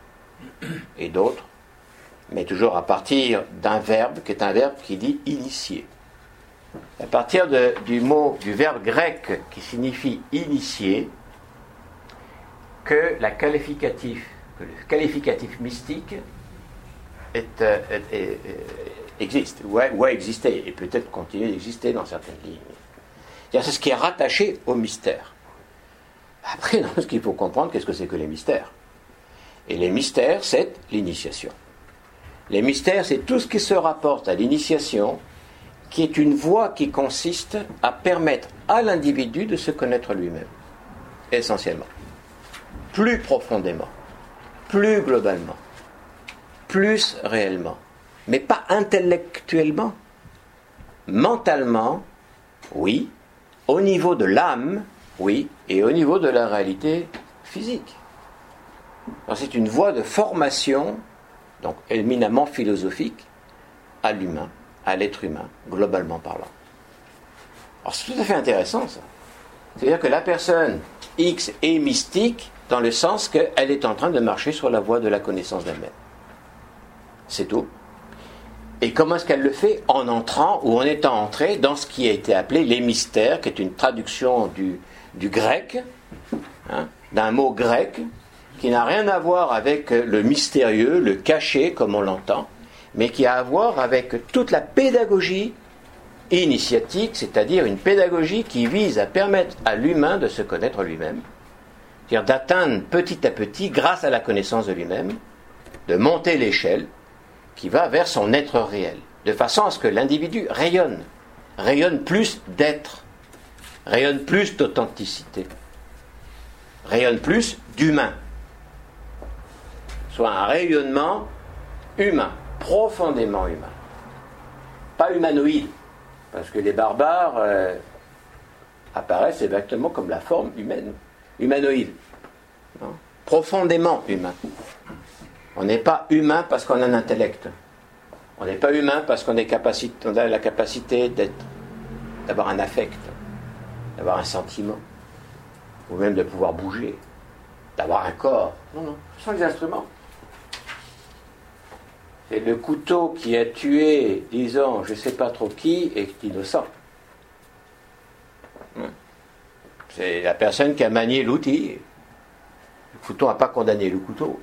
et d'autres, mais toujours à partir d'un verbe, qui est un verbe qui dit initier. À partir de, du mot, du verbe grec qui signifie initier, que la qualificatif, que le qualificatif mystique est, est, est, est, existe, ou a, ou a existé, et peut-être continue d'exister dans certaines lignes. C'est ce qui est rattaché au mystère. Après, dans ce qu'il faut comprendre, qu'est-ce que c'est que les mystères ? Et les mystères, c'est l'initiation. Les mystères, c'est tout ce qui se rapporte à l'initiation, qui est une voie qui consiste à permettre à l'individu de se connaître lui-même, essentiellement, plus profondément, plus globalement, plus réellement, mais pas intellectuellement, mentalement, oui, au niveau de l'âme, oui, et au niveau de la réalité physique. Alors c'est une voie de formation, donc éminemment philosophique, à l'humain, à l'être humain, globalement parlant. Alors c'est tout à fait intéressant ça. C'est-à-dire que la personne X est mystique dans le sens qu'elle est en train de marcher sur la voie de la connaissance d'elle-même. C'est tout. Et comment est-ce qu'elle le fait ? En entrant ou en étant entrée dans ce qui a été appelé les mystères, qui est une traduction du, du grec, hein, d'un mot grec, qui n'a rien à voir avec le mystérieux, le caché, comme on l'entend, mais qui a à voir avec toute la pédagogie initiatique, c'est-à-dire une pédagogie qui vise à permettre à l'humain de se connaître lui-même, c'est-à-dire d'atteindre petit à petit, grâce à la connaissance de lui-même, de monter l'échelle qui va vers son être réel, de façon à ce que l'individu rayonne, rayonne plus d'être, rayonne plus d'authenticité, rayonne plus d'humain, soit un rayonnement humain, profondément humain, pas humanoïde, parce que les barbares euh, apparaissent exactement comme la forme humaine, humanoïde, non ? Profondément humain. On n'est pas humain parce qu'on a un intellect. On n'est pas humain parce qu'on est capacité, on a la capacité d'être, d'avoir un affect, d'avoir un sentiment, ou même de pouvoir bouger, d'avoir un corps. Non, non, ce sont les instruments. C'est le couteau qui a tué, disons, je ne sais pas trop qui, et qui est innocent. C'est la personne qui a manié l'outil. Le couteau n'a pas condamné le couteau.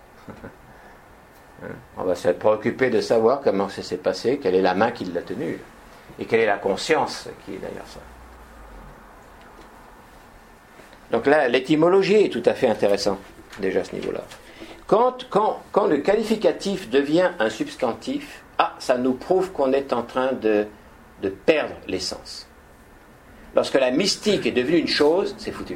On va se préoccuper de savoir comment ça s'est passé, quelle est la main qui l'a tenu, et quelle est la conscience qui est derrière ça. Donc là, l'étymologie est tout à fait intéressante, déjà à ce niveau-là. Quand, quand, quand le qualificatif devient un substantif, ah, ça nous prouve qu'on est en train de, de perdre l'essence. Lorsque la mystique est devenue une chose, c'est foutu.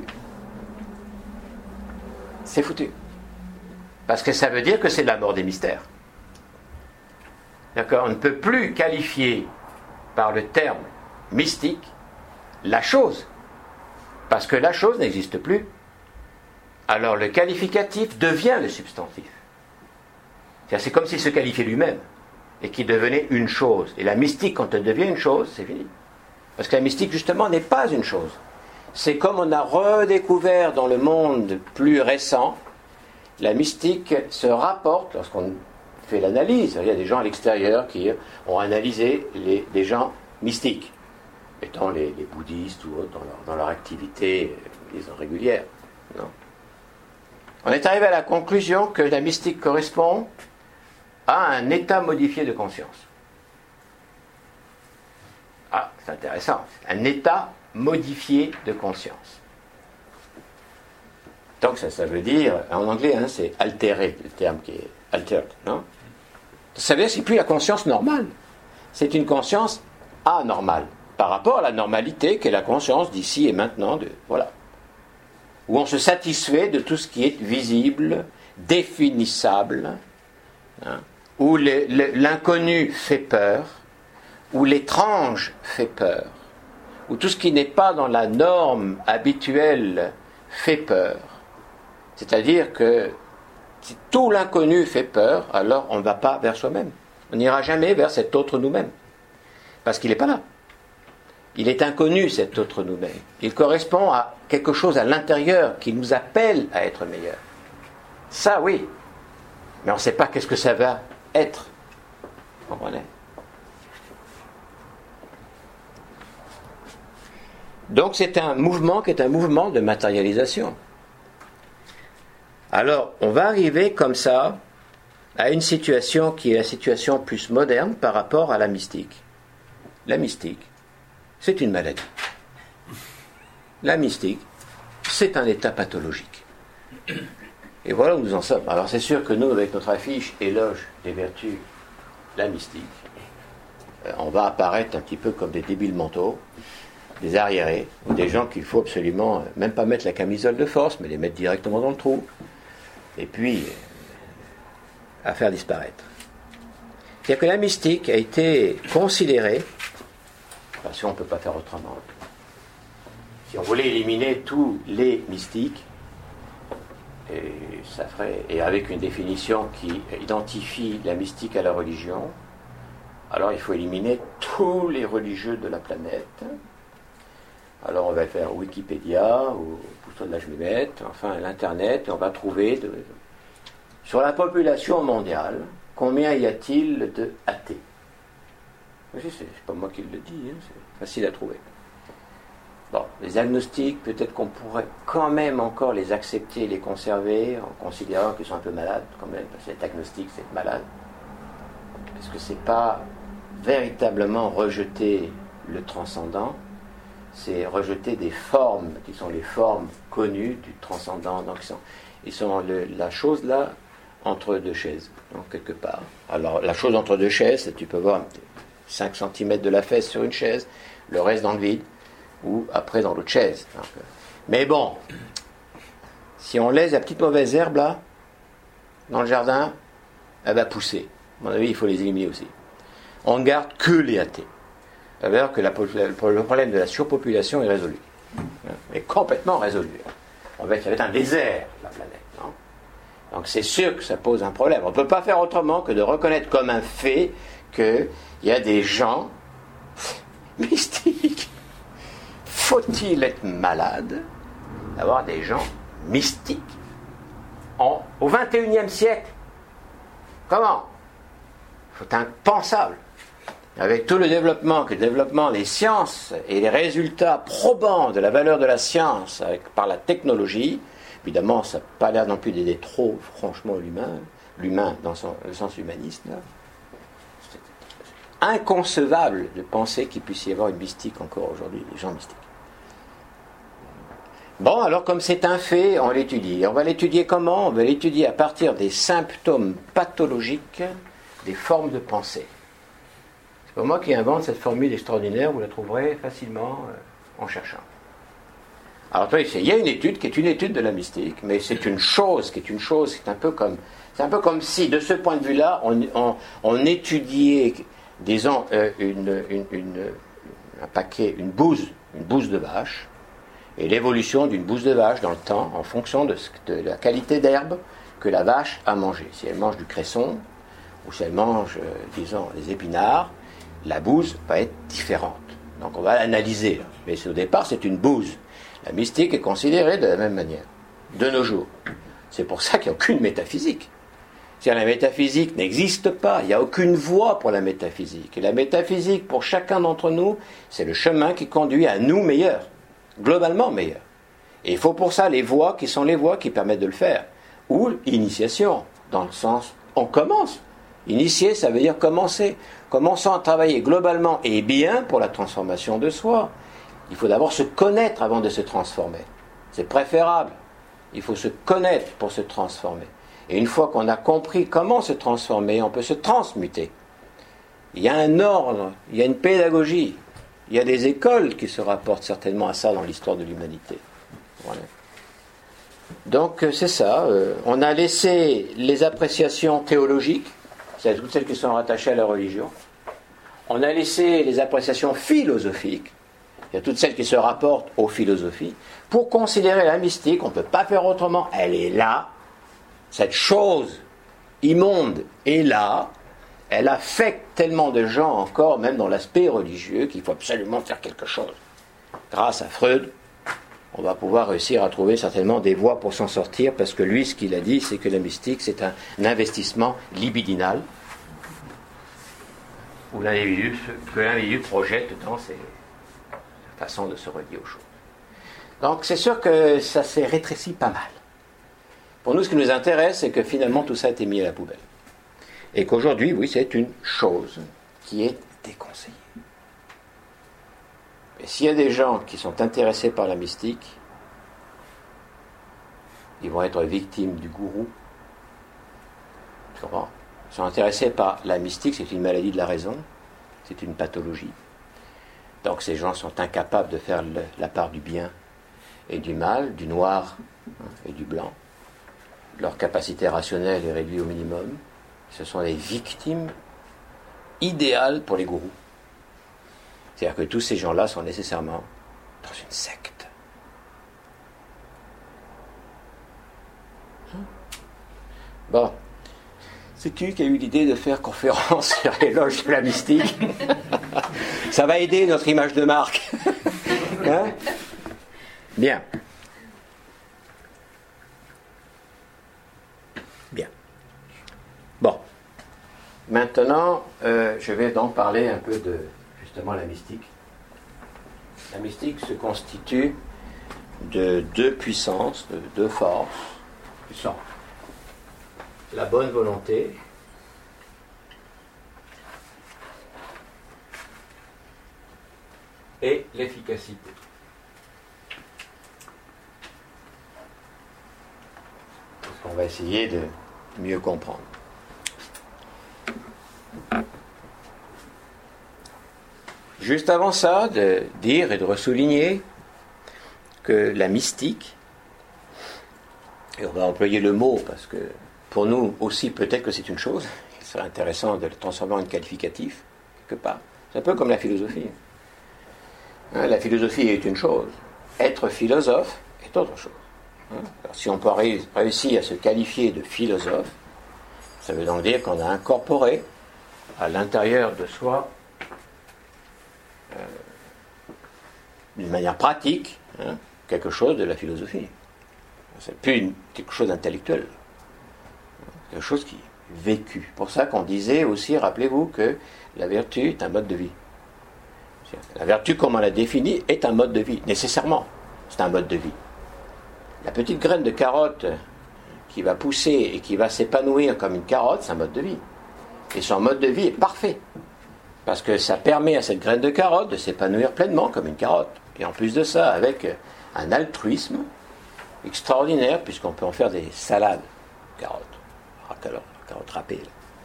C'est foutu. Parce que ça veut dire que c'est de la mort des mystères. D'accord ? On ne peut plus qualifier par le terme mystique la chose. Parce que la chose n'existe plus. Alors le qualificatif devient le substantif. C'est comme s'il se qualifiait lui-même et qu'il devenait une chose. Et la mystique, quand elle devient une chose, c'est fini. Parce que la mystique, justement, n'est pas une chose. C'est comme on a redécouvert dans le monde plus récent, la mystique se rapporte, lorsqu'on fait l'analyse, il y a des gens à l'extérieur qui ont analysé les, les gens mystiques, étant les, les bouddhistes ou autres dans leur, dans leur activité, disons, régulière. Non. On est arrivé à la conclusion que la mystique correspond à un état modifié de conscience. Ah, c'est intéressant. Un état modifié de conscience. Donc ça, ça veut dire, en anglais, hein, c'est altérer, le terme qui est altered, non? Ça veut dire que c'est plus la conscience normale. C'est une conscience anormale, par rapport à la normalité qu'est la conscience d'ici et maintenant, de, voilà. Où on se satisfait de tout ce qui est visible, définissable, hein, où le, le, l'inconnu fait peur, où l'étrange fait peur, où tout ce qui n'est pas dans la norme habituelle fait peur. C'est-à-dire que si tout l'inconnu fait peur, alors on ne va pas vers soi-même. On n'ira jamais vers cet autre nous-mêmes. Parce qu'il n'est pas là. Il est inconnu, cet autre nous-mêmes. Il correspond à quelque chose à l'intérieur qui nous appelle à être meilleur. Ça, oui. Mais on ne sait pas qu'est-ce que ça va être. Vous comprenez? Donc c'est un mouvement qui est un mouvement de matérialisation. Alors, on va arriver comme ça à une situation qui est la situation plus moderne par rapport à la mystique. La mystique, c'est une maladie. La mystique, c'est un état pathologique. Et voilà où nous en sommes. Alors c'est sûr que nous, avec notre affiche Éloge des vertus, la mystique, on va apparaître un petit peu comme des débiles mentaux, des arriérés, ou des gens qu'il faut absolument, même pas mettre la camisole de force, mais les mettre directement dans le trou, et puis à faire disparaître. C'est-à-dire que la mystique a été considérée, parce qu'on ne peut pas faire autrement, si on voulait éliminer tous les mystiques, et, ça ferait, et avec une définition qui identifie la mystique à la religion, alors il faut éliminer tous les religieux de la planète. Alors on va faire Wikipédia, ou pousse-toi de là je me mette, enfin l'internet, et on va trouver de, sur la population mondiale, combien y a-t-il de athées? C'est, c'est pas moi qui le dis, hein, c'est facile à trouver. Bon, les agnostiques, peut-être qu'on pourrait quand même encore les accepter, les conserver, en considérant qu'ils sont un peu malades, quand même, parce que être agnostique, c'est être malade. Parce que c'est pas véritablement rejeter le transcendant, c'est rejeter des formes qui sont les formes connues du transcendant. Donc ils sont, ils sont le, la chose là entre deux chaises, donc quelque part. Alors la chose entre deux chaises, tu peux voir cinq centimètres de la fesse sur une chaise, le reste dans le vide, ou après dans l'autre chaise. Donc, mais bon, si on laisse la petite mauvaise herbe là, dans le jardin, elle va pousser. À mon avis, il faut les éliminer aussi. On ne garde que les athées. C'est-à-dire que la, le problème de la surpopulation est résolu. Est complètement résolu. On va, ça va être un désert, la planète. Non? Donc c'est sûr que ça pose un problème. On ne peut pas faire autrement que de reconnaître comme un fait qu'il y a des gens mystiques. Faut-il être malade d'avoir des gens mystiques en, au vingt et unième siècle? Comment? C'est impensable. Avec tout le développement, que le développement des sciences et les résultats probants de la valeur de la science avec, par la technologie, évidemment, ça n'a pas l'air non plus d'aider trop, franchement, l'humain, l'humain dans son, le sens humaniste. Là. C'est inconcevable de penser qu'il puisse y avoir une mystique encore aujourd'hui, des gens mystiques. Bon, alors comme c'est un fait, on l'étudie. On va l'étudier comment? On va l'étudier à partir des symptômes pathologiques des formes de pensée. C'est pas moi qui invente cette formule extraordinaire, vous la trouverez facilement euh, en cherchant. Alors, il y a une étude qui est une étude de la mystique, mais c'est une chose qui est une chose, c'est un peu comme, c'est un peu comme si, de ce point de vue-là, on, on, on étudiait, disons, euh, une, une, une, un paquet, une bouse, une bouse de vache, et l'évolution d'une bouse de vache dans le temps, en fonction de, de la qualité d'herbe que la vache a mangé. Si elle mange du cresson, ou si elle mange, euh, disons, des épinards, la bouse va être différente. Donc on va l'analyser. Là. Mais au départ, c'est une bouse. La mystique est considérée de la même manière, de nos jours. C'est pour ça qu'il n'y a aucune métaphysique. C'est-à-dire la métaphysique n'existe pas. Il n'y a aucune voie pour la métaphysique. Et la métaphysique, pour chacun d'entre nous, c'est le chemin qui conduit à nous meilleurs, globalement meilleurs. Et il faut pour ça les voies qui sont les voies qui permettent de le faire. Ou initiation, dans le sens, on commence. Initier, ça veut dire commencer. Commençons à travailler globalement et bien pour la transformation de soi. Il faut d'abord se connaître avant de se transformer. C'est préférable. Il faut se connaître pour se transformer. Et une fois qu'on a compris comment se transformer, on peut se transmuter. Il y a un ordre, il y a une pédagogie, il y a des écoles qui se rapportent certainement à ça dans l'histoire de l'humanité. Voilà. Donc c'est ça, euh, on a laissé les appréciations théologiques, c'est toutes celles qui sont rattachées à la religion. On a laissé les appréciations philosophiques, il y a toutes celles qui se rapportent aux philosophies, pour considérer la mystique. On ne peut pas faire autrement, elle est là, cette chose immonde est là, elle affecte tellement de gens encore, même dans l'aspect religieux, qu'il faut absolument faire quelque chose. Grâce à Freud, on va pouvoir réussir à trouver certainement des voies pour s'en sortir, parce que lui, ce qu'il a dit, c'est que la mystique, c'est un investissement libidinal, où l'individu, que l'individu projette dans ses façons de se relier aux choses. Donc c'est sûr que ça s'est rétréci pas mal. Pour nous, ce qui nous intéresse, c'est que finalement tout ça a été mis à la poubelle. Et qu'aujourd'hui, oui, c'est une chose qui est déconseillée. Et s'il y a des gens qui sont intéressés par la mystique, ils vont être victimes du gourou. Tu comprends ? Ils sont intéressés par la mystique, c'est une maladie de la raison, c'est une pathologie. Donc ces gens sont incapables de faire le, la part du bien et du mal, du noir et du blanc. Leur capacité rationnelle est réduite au minimum. Ce sont les victimes idéales pour les gourous. C'est-à-dire que tous ces gens-là sont nécessairement dans une secte. Bon. C'est tu qui as eu l'idée de faire conférence sur l'éloge de la mystique. Ça va aider notre image de marque. Hein ? Bien. Bien. Bon. Maintenant, euh, je vais donc parler un peu de, justement, la mystique. La mystique se constitue de deux puissances, de deux forces, qui sont la bonne volonté et l'efficacité. C'est ce qu'on va essayer de mieux comprendre. Juste avant ça, de dire et de ressouligner que la mystique, et on va employer le mot parce que pour nous aussi, peut-être que c'est une chose. Il serait intéressant de le transformer en qualificatif, quelque part. C'est un peu comme la philosophie. Hein, la philosophie est une chose. Être philosophe est autre chose. Hein, alors, si on peut ré- réussir à se qualifier de philosophe, ça veut donc dire qu'on a incorporé à l'intérieur de soi, euh, d'une manière pratique, hein, quelque chose de la philosophie. C'est plus une, quelque chose d'intellectuel. Quelque chose qui est vécu. Pour ça qu'on disait aussi, rappelez-vous, que la vertu est un mode de vie. La vertu, comme on l'a définie, est un mode de vie. Nécessairement, c'est un mode de vie. La petite graine de carotte qui va pousser et qui va s'épanouir comme une carotte, c'est un mode de vie. Et son mode de vie est parfait. Parce que ça permet à cette graine de carotte de s'épanouir pleinement comme une carotte. Et en plus de ça, avec un altruisme extraordinaire, puisqu'on peut en faire des salades de carottes. Carotte râpée.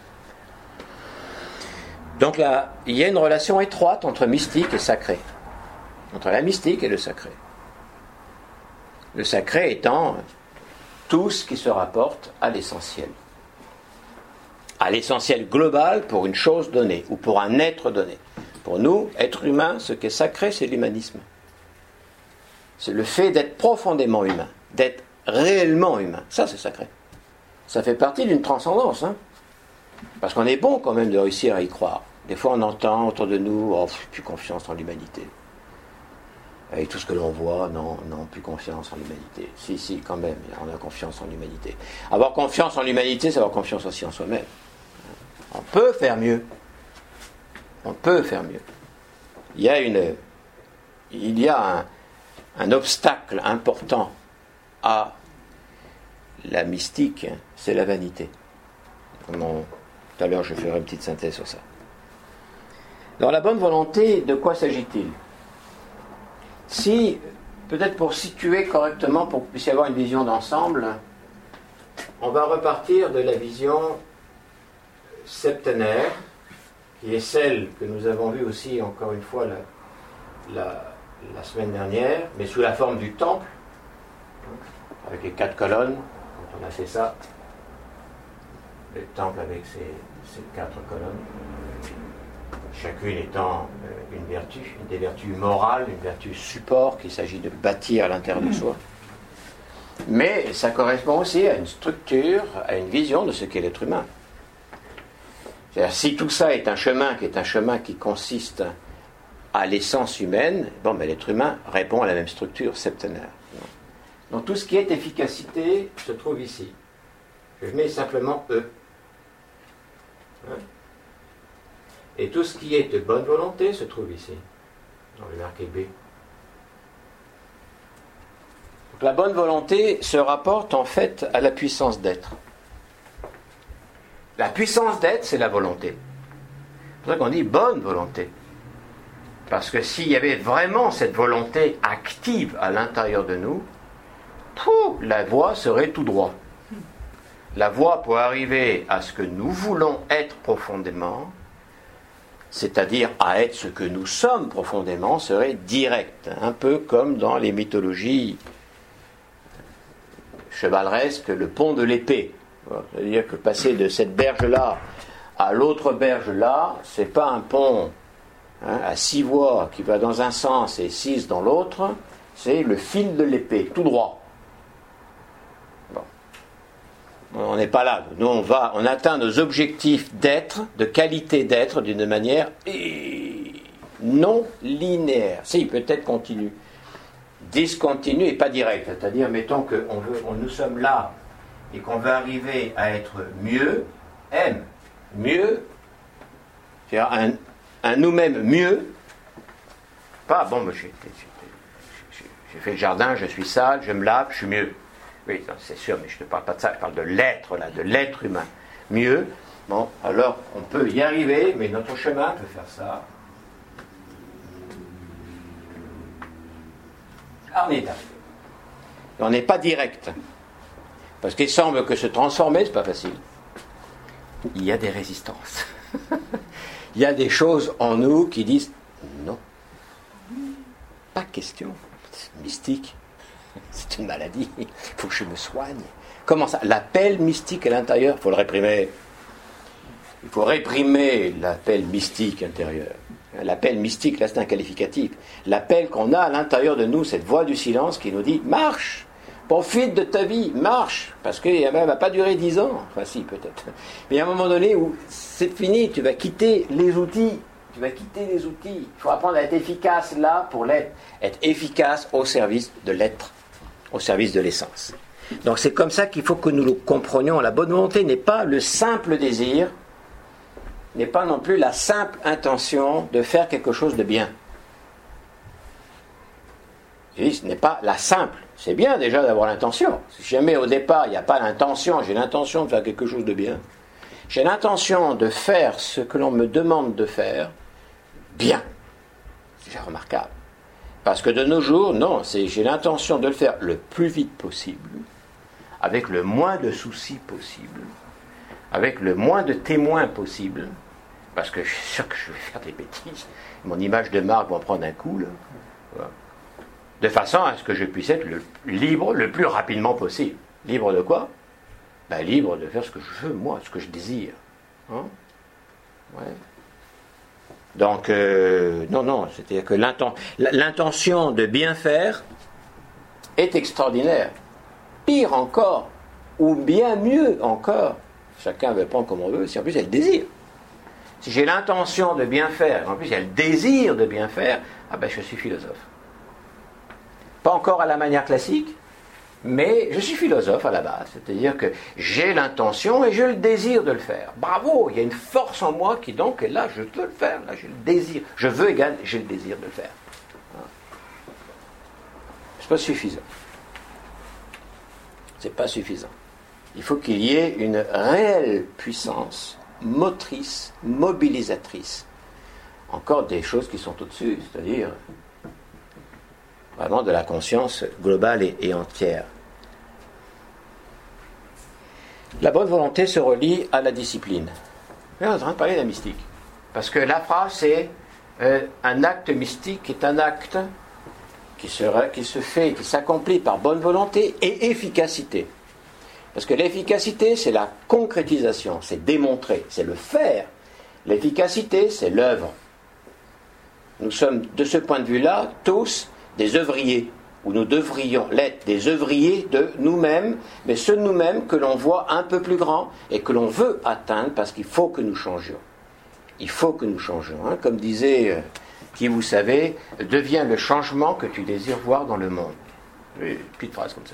Donc là, il y a une relation étroite entre mystique et sacré. Entre la mystique et le sacré. Le sacré étant tout ce qui se rapporte à l'essentiel. À l'essentiel global pour une chose donnée, ou pour un être donné. Pour nous, êtres humains, ce qui est sacré, c'est l'humanisme. C'est le fait d'être profondément humain, d'être réellement humain. Ça, c'est sacré. Ça fait partie d'une transcendance, hein. Parce qu'on est bon quand même de réussir à y croire. Des fois on entend autour de nous, oh, plus confiance en l'humanité. Et tout ce que l'on voit, non, non, plus confiance en l'humanité. Si, si, quand même, on a confiance en l'humanité. Avoir confiance en l'humanité, c'est avoir confiance aussi en soi-même. On peut faire mieux. On peut faire mieux. Il y a une, il y a un, un obstacle important à la mystique, c'est la vanité. Comment, tout à l'heure, je ferai une petite synthèse sur ça. Dans la bonne volonté, de quoi s'agit-il ? Si peut-être pour situer correctement, pour que vous puissiez avoir une vision d'ensemble, on va repartir de la vision septénaire, qui est celle que nous avons vue aussi, encore une fois, la, la, la semaine dernière, mais sous la forme du temple, avec les quatre colonnes. Quand on a fait ça, le temple avec ses, ses quatre colonnes, chacune étant une vertu, une des vertus morales, une vertu support qu'il s'agit de bâtir à l'intérieur de soi. Mais ça correspond aussi à une structure, à une vision de ce qu'est l'être humain. C'est-à-dire, si tout ça est un chemin qui est un chemin qui consiste à l'essence humaine, bon, mais l'être humain répond à la même structure septénaire. Donc tout ce qui est efficacité se trouve ici. Je mets simplement E. Hein? Et tout ce qui est de bonne volonté se trouve ici. On va marquer B. Donc la bonne volonté se rapporte en fait à la puissance d'être. La puissance d'être, c'est la volonté. C'est pour ça qu'on dit bonne volonté. Parce que s'il y avait vraiment cette volonté active à l'intérieur de nous, pouf, la voie serait tout droit. La voie pour arriver à ce que nous voulons être profondément, c'est-à-dire à être ce que nous sommes profondément, serait directe. Un peu comme dans les mythologies chevaleresques, le pont de l'épée. C'est-à-dire que passer de cette berge-là à l'autre berge-là, c'est pas un pont hein, à six voies qui va dans un sens et six dans l'autre, c'est le fil de l'épée, tout droit. Bon. On n'est pas là. Nous, on va, on atteint nos objectifs d'être, de qualité d'être, d'une manière non linéaire. Si, peut-être continue. Discontinue et pas directe. C'est-à-dire, mettons que on veut, on, nous sommes là et qu'on veut arriver à être mieux, M, mieux, c'est-à-dire un, un nous-mêmes mieux, pas, bon, moi, j'ai, j'ai, j'ai fait le jardin, je suis sale, je me lave, je suis mieux. Oui, c'est sûr, mais je ne parle pas de ça, je parle de l'être, là, de l'être humain. Mieux, bon, alors, on peut y arriver, mais notre chemin peut faire ça. Ah, on est arrivé. Et on n'est pas direct. Parce qu'il semble que se transformer, c'est pas facile. Il y a des résistances. Il y a des choses en nous qui disent non. Pas question. C'est mystique. C'est une maladie. Il faut que je me soigne. Comment ça ? L'appel mystique à l'intérieur, il faut le réprimer. Il faut réprimer l'appel mystique intérieur. L'appel mystique, là, c'est un qualificatif. L'appel qu'on a à l'intérieur de nous, cette voix du silence qui nous dit « Marche !» Profite de ta vie, marche, parce qu'elle ne va pas durer dix ans, enfin si peut-être. Mais il y a un moment donné où c'est fini, tu vas quitter les outils, tu vas quitter les outils. Il faut apprendre à être efficace là pour l'être, être efficace au service de l'être, au service de l'essence. Donc c'est comme ça qu'il faut que nous le comprenions. La bonne volonté n'est pas le simple désir, n'est pas non plus la simple intention de faire quelque chose de bien. Je dis, ce n'est pas la simple. C'est bien déjà d'avoir l'intention. Si jamais au départ il n'y a pas l'intention, j'ai l'intention de faire quelque chose de bien, j'ai l'intention de faire ce que l'on me demande de faire bien. C'est déjà remarquable. Parce que de nos jours, non, c'est, j'ai l'intention de le faire le plus vite possible, avec le moins de soucis possible, avec le moins de témoins possible, parce que je suis sûr que je vais faire des bêtises. Mon image de marque va en prendre un coup, là. Voilà. De façon à ce que je puisse être le, libre le plus rapidement possible. Libre de quoi ? Ben, libre de faire ce que je veux, moi, ce que je désire. Hein ? Ouais. Donc, euh, non, non, c'est-à-dire que l'inten- l'intention de bien faire est extraordinaire. Pire encore, ou bien mieux encore, chacun veut prendre comme on veut, si en plus il y a le désir. Si j'ai l'intention de bien faire, en plus il y a le désir de bien faire, ah ben je suis philosophe. Pas encore à la manière classique, mais je suis philosophe à la base. C'est-à-dire que j'ai l'intention et j'ai le désir de le faire. Bravo, il y a une force en moi qui donc est là, je veux le faire, là j'ai le désir. Je veux égal, j'ai le désir de le faire. C'est pas suffisant. C'est pas suffisant. Il faut qu'il y ait une réelle puissance motrice, mobilisatrice. Encore des choses qui sont au-dessus, c'est-à-dire vraiment de la conscience globale et, et entière. La bonne volonté se relie à la discipline. Là, on est en train de parler de la mystique. Parce que la phrase, c'est euh, un acte mystique est un acte qui se, qui se fait, qui s'accomplit par bonne volonté et efficacité. Parce que l'efficacité, c'est la concrétisation, c'est démontrer, c'est le faire. L'efficacité, c'est l'œuvre. Nous sommes, de ce point de vue-là, tous des œuvriers, ou nous devrions l'être des œuvriers de nous-mêmes, mais ceux de nous-mêmes que l'on voit un peu plus grand et que l'on veut atteindre parce qu'il faut que nous changions. Il faut que nous changions. Hein. Comme disait, euh, qui vous savez, deviens le changement que tu désires voir dans le monde. Une petite phrase comme ça.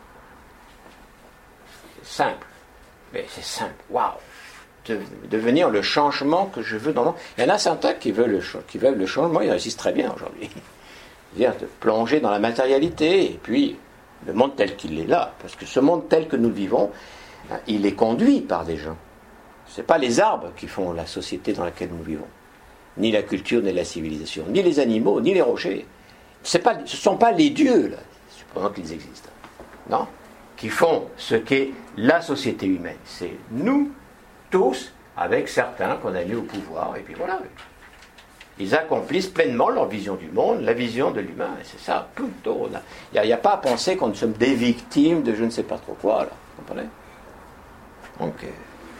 C'est simple, mais c'est simple. Waouh! De, devenir le changement que je veux dans le monde. Il y en a certains qui veulent le, qui veulent le changement, ils réussissent très bien aujourd'hui. C'est-à-dire de plonger dans la matérialité et puis le monde tel qu'il est là. Parce que ce monde tel que nous le vivons, il est conduit par des gens. Ce n'est pas les arbres qui font la société dans laquelle nous vivons. Ni la culture, ni la civilisation. Ni les animaux, ni les rochers. C'est pas, ce ne sont pas les dieux, là, supposons qu'ils existent. Non? Qui font ce qu'est la société humaine. C'est nous, tous, avec certains qu'on a mis au pouvoir. Et puis voilà. Ils accomplissent pleinement leur vision du monde, la vision de l'humain. Et c'est ça, plutôt. Il n'y a, a pas à penser qu'on sommes des victimes de je ne sais pas trop quoi, là. Vous comprenez? Donc, euh,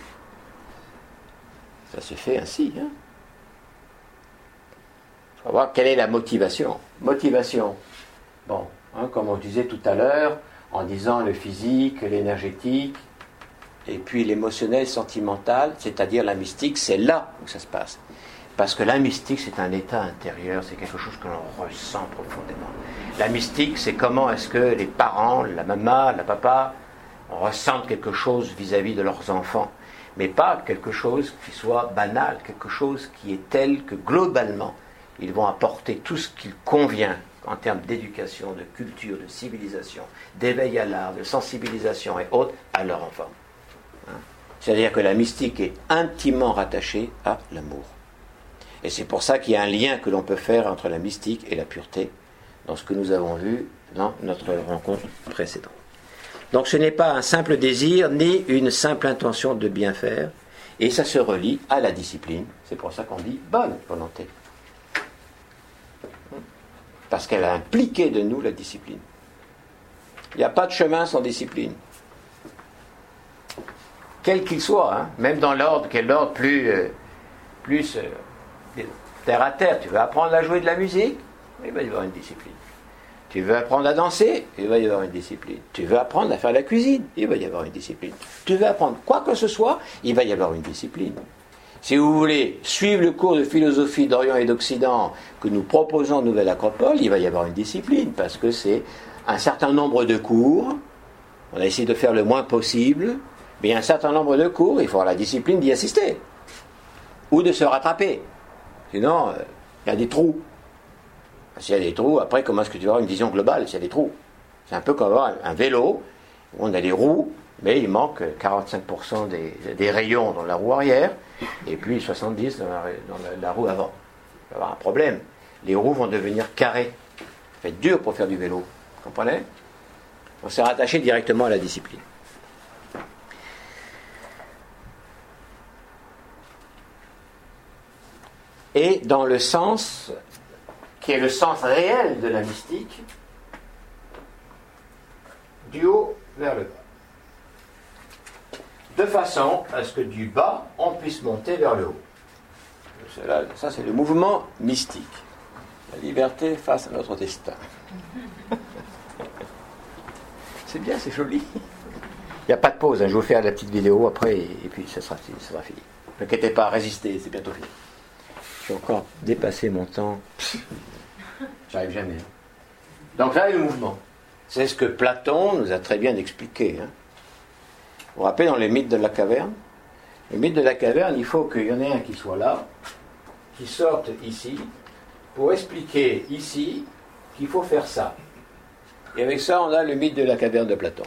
ça se fait ainsi. Hein. On va voir quelle est la motivation. Motivation. Bon, hein, comme on disait tout à l'heure, en disant le physique, l'énergétique, et puis l'émotionnel, sentimental, c'est-à-dire la mystique, c'est là où ça se passe. Parce que la mystique, c'est un état intérieur, c'est quelque chose que l'on ressent profondément. La mystique, c'est comment est-ce que les parents, la maman, la papa, ressentent quelque chose vis-à-vis de leurs enfants. Mais pas quelque chose qui soit banal, quelque chose qui est tel que globalement, ils vont apporter tout ce qu'il convient en termes d'éducation, de culture, de civilisation, d'éveil à l'art, de sensibilisation et autres à leur enfant. Hein? C'est-à-dire que la mystique est intimement rattachée à l'amour. Et c'est pour ça qu'il y a un lien que l'on peut faire entre la mystique et la pureté, dans ce que nous avons vu dans notre rencontre précédente. Donc ce n'est pas un simple désir, ni une simple intention de bien faire, et ça se relie à la discipline. C'est pour ça qu'on dit bonne volonté. Parce qu'elle a impliqué de nous la discipline. Il n'y a pas de chemin sans discipline. Quel qu'il soit, hein, même dans l'ordre, quel ordre plus... Euh, plus euh, terre à terre, tu veux apprendre à jouer de la musique, il va y avoir une discipline. Tu veux apprendre à danser, il va y avoir une discipline. Tu veux apprendre à faire la cuisine, il va y avoir une discipline. Tu veux apprendre quoi que ce soit, il va y avoir une discipline. Si vous voulez suivre le cours de philosophie d'Orient et d'Occident que nous proposons Nouvelle Acropole, il va y avoir une discipline, parce que c'est un certain nombre de cours, on a essayé de faire le moins possible, mais il y a un certain nombre de cours, il faut avoir la discipline d'y assister, ou de se rattraper. Sinon, il euh, y a des trous. S'il y a des trous, après, comment est-ce que tu vas avoir une vision globale s'il y a des trous? C'est un peu comme avoir un vélo, où on a des roues, mais il manque quarante-cinq pour cent des, des rayons dans la roue arrière, et puis soixante-dix pour cent dans la, dans la, la roue avant. Il va y avoir un problème. Les roues vont devenir carrées. Ça va être dur pour faire du vélo. Vous comprenez? On s'est rattaché directement à la discipline. Et dans le sens qui est le sens réel de la mystique, du haut vers le bas. De façon à ce que du bas, on puisse monter vers le haut. Cela, ça, c'est le mouvement mystique. La liberté face à notre destin. C'est bien, c'est joli. Il n'y a pas de pause, hein. Je vais vous faire la petite vidéo après, et, et puis ça sera, ça sera fini. Ne vous inquiétez pas, résistez, c'est bientôt fini. J'ai encore dépassé mon temps. J'arrive jamais. Donc là, il y a le mouvement. C'est ce que Platon nous a très bien expliqué. Hein. Vous vous rappelez dans les mythes de la caverne? Le mythe de la caverne, il faut qu'il y en ait un qui soit là, qui sorte ici, pour expliquer ici qu'il faut faire ça. Et avec ça, on a le mythe de la caverne de Platon.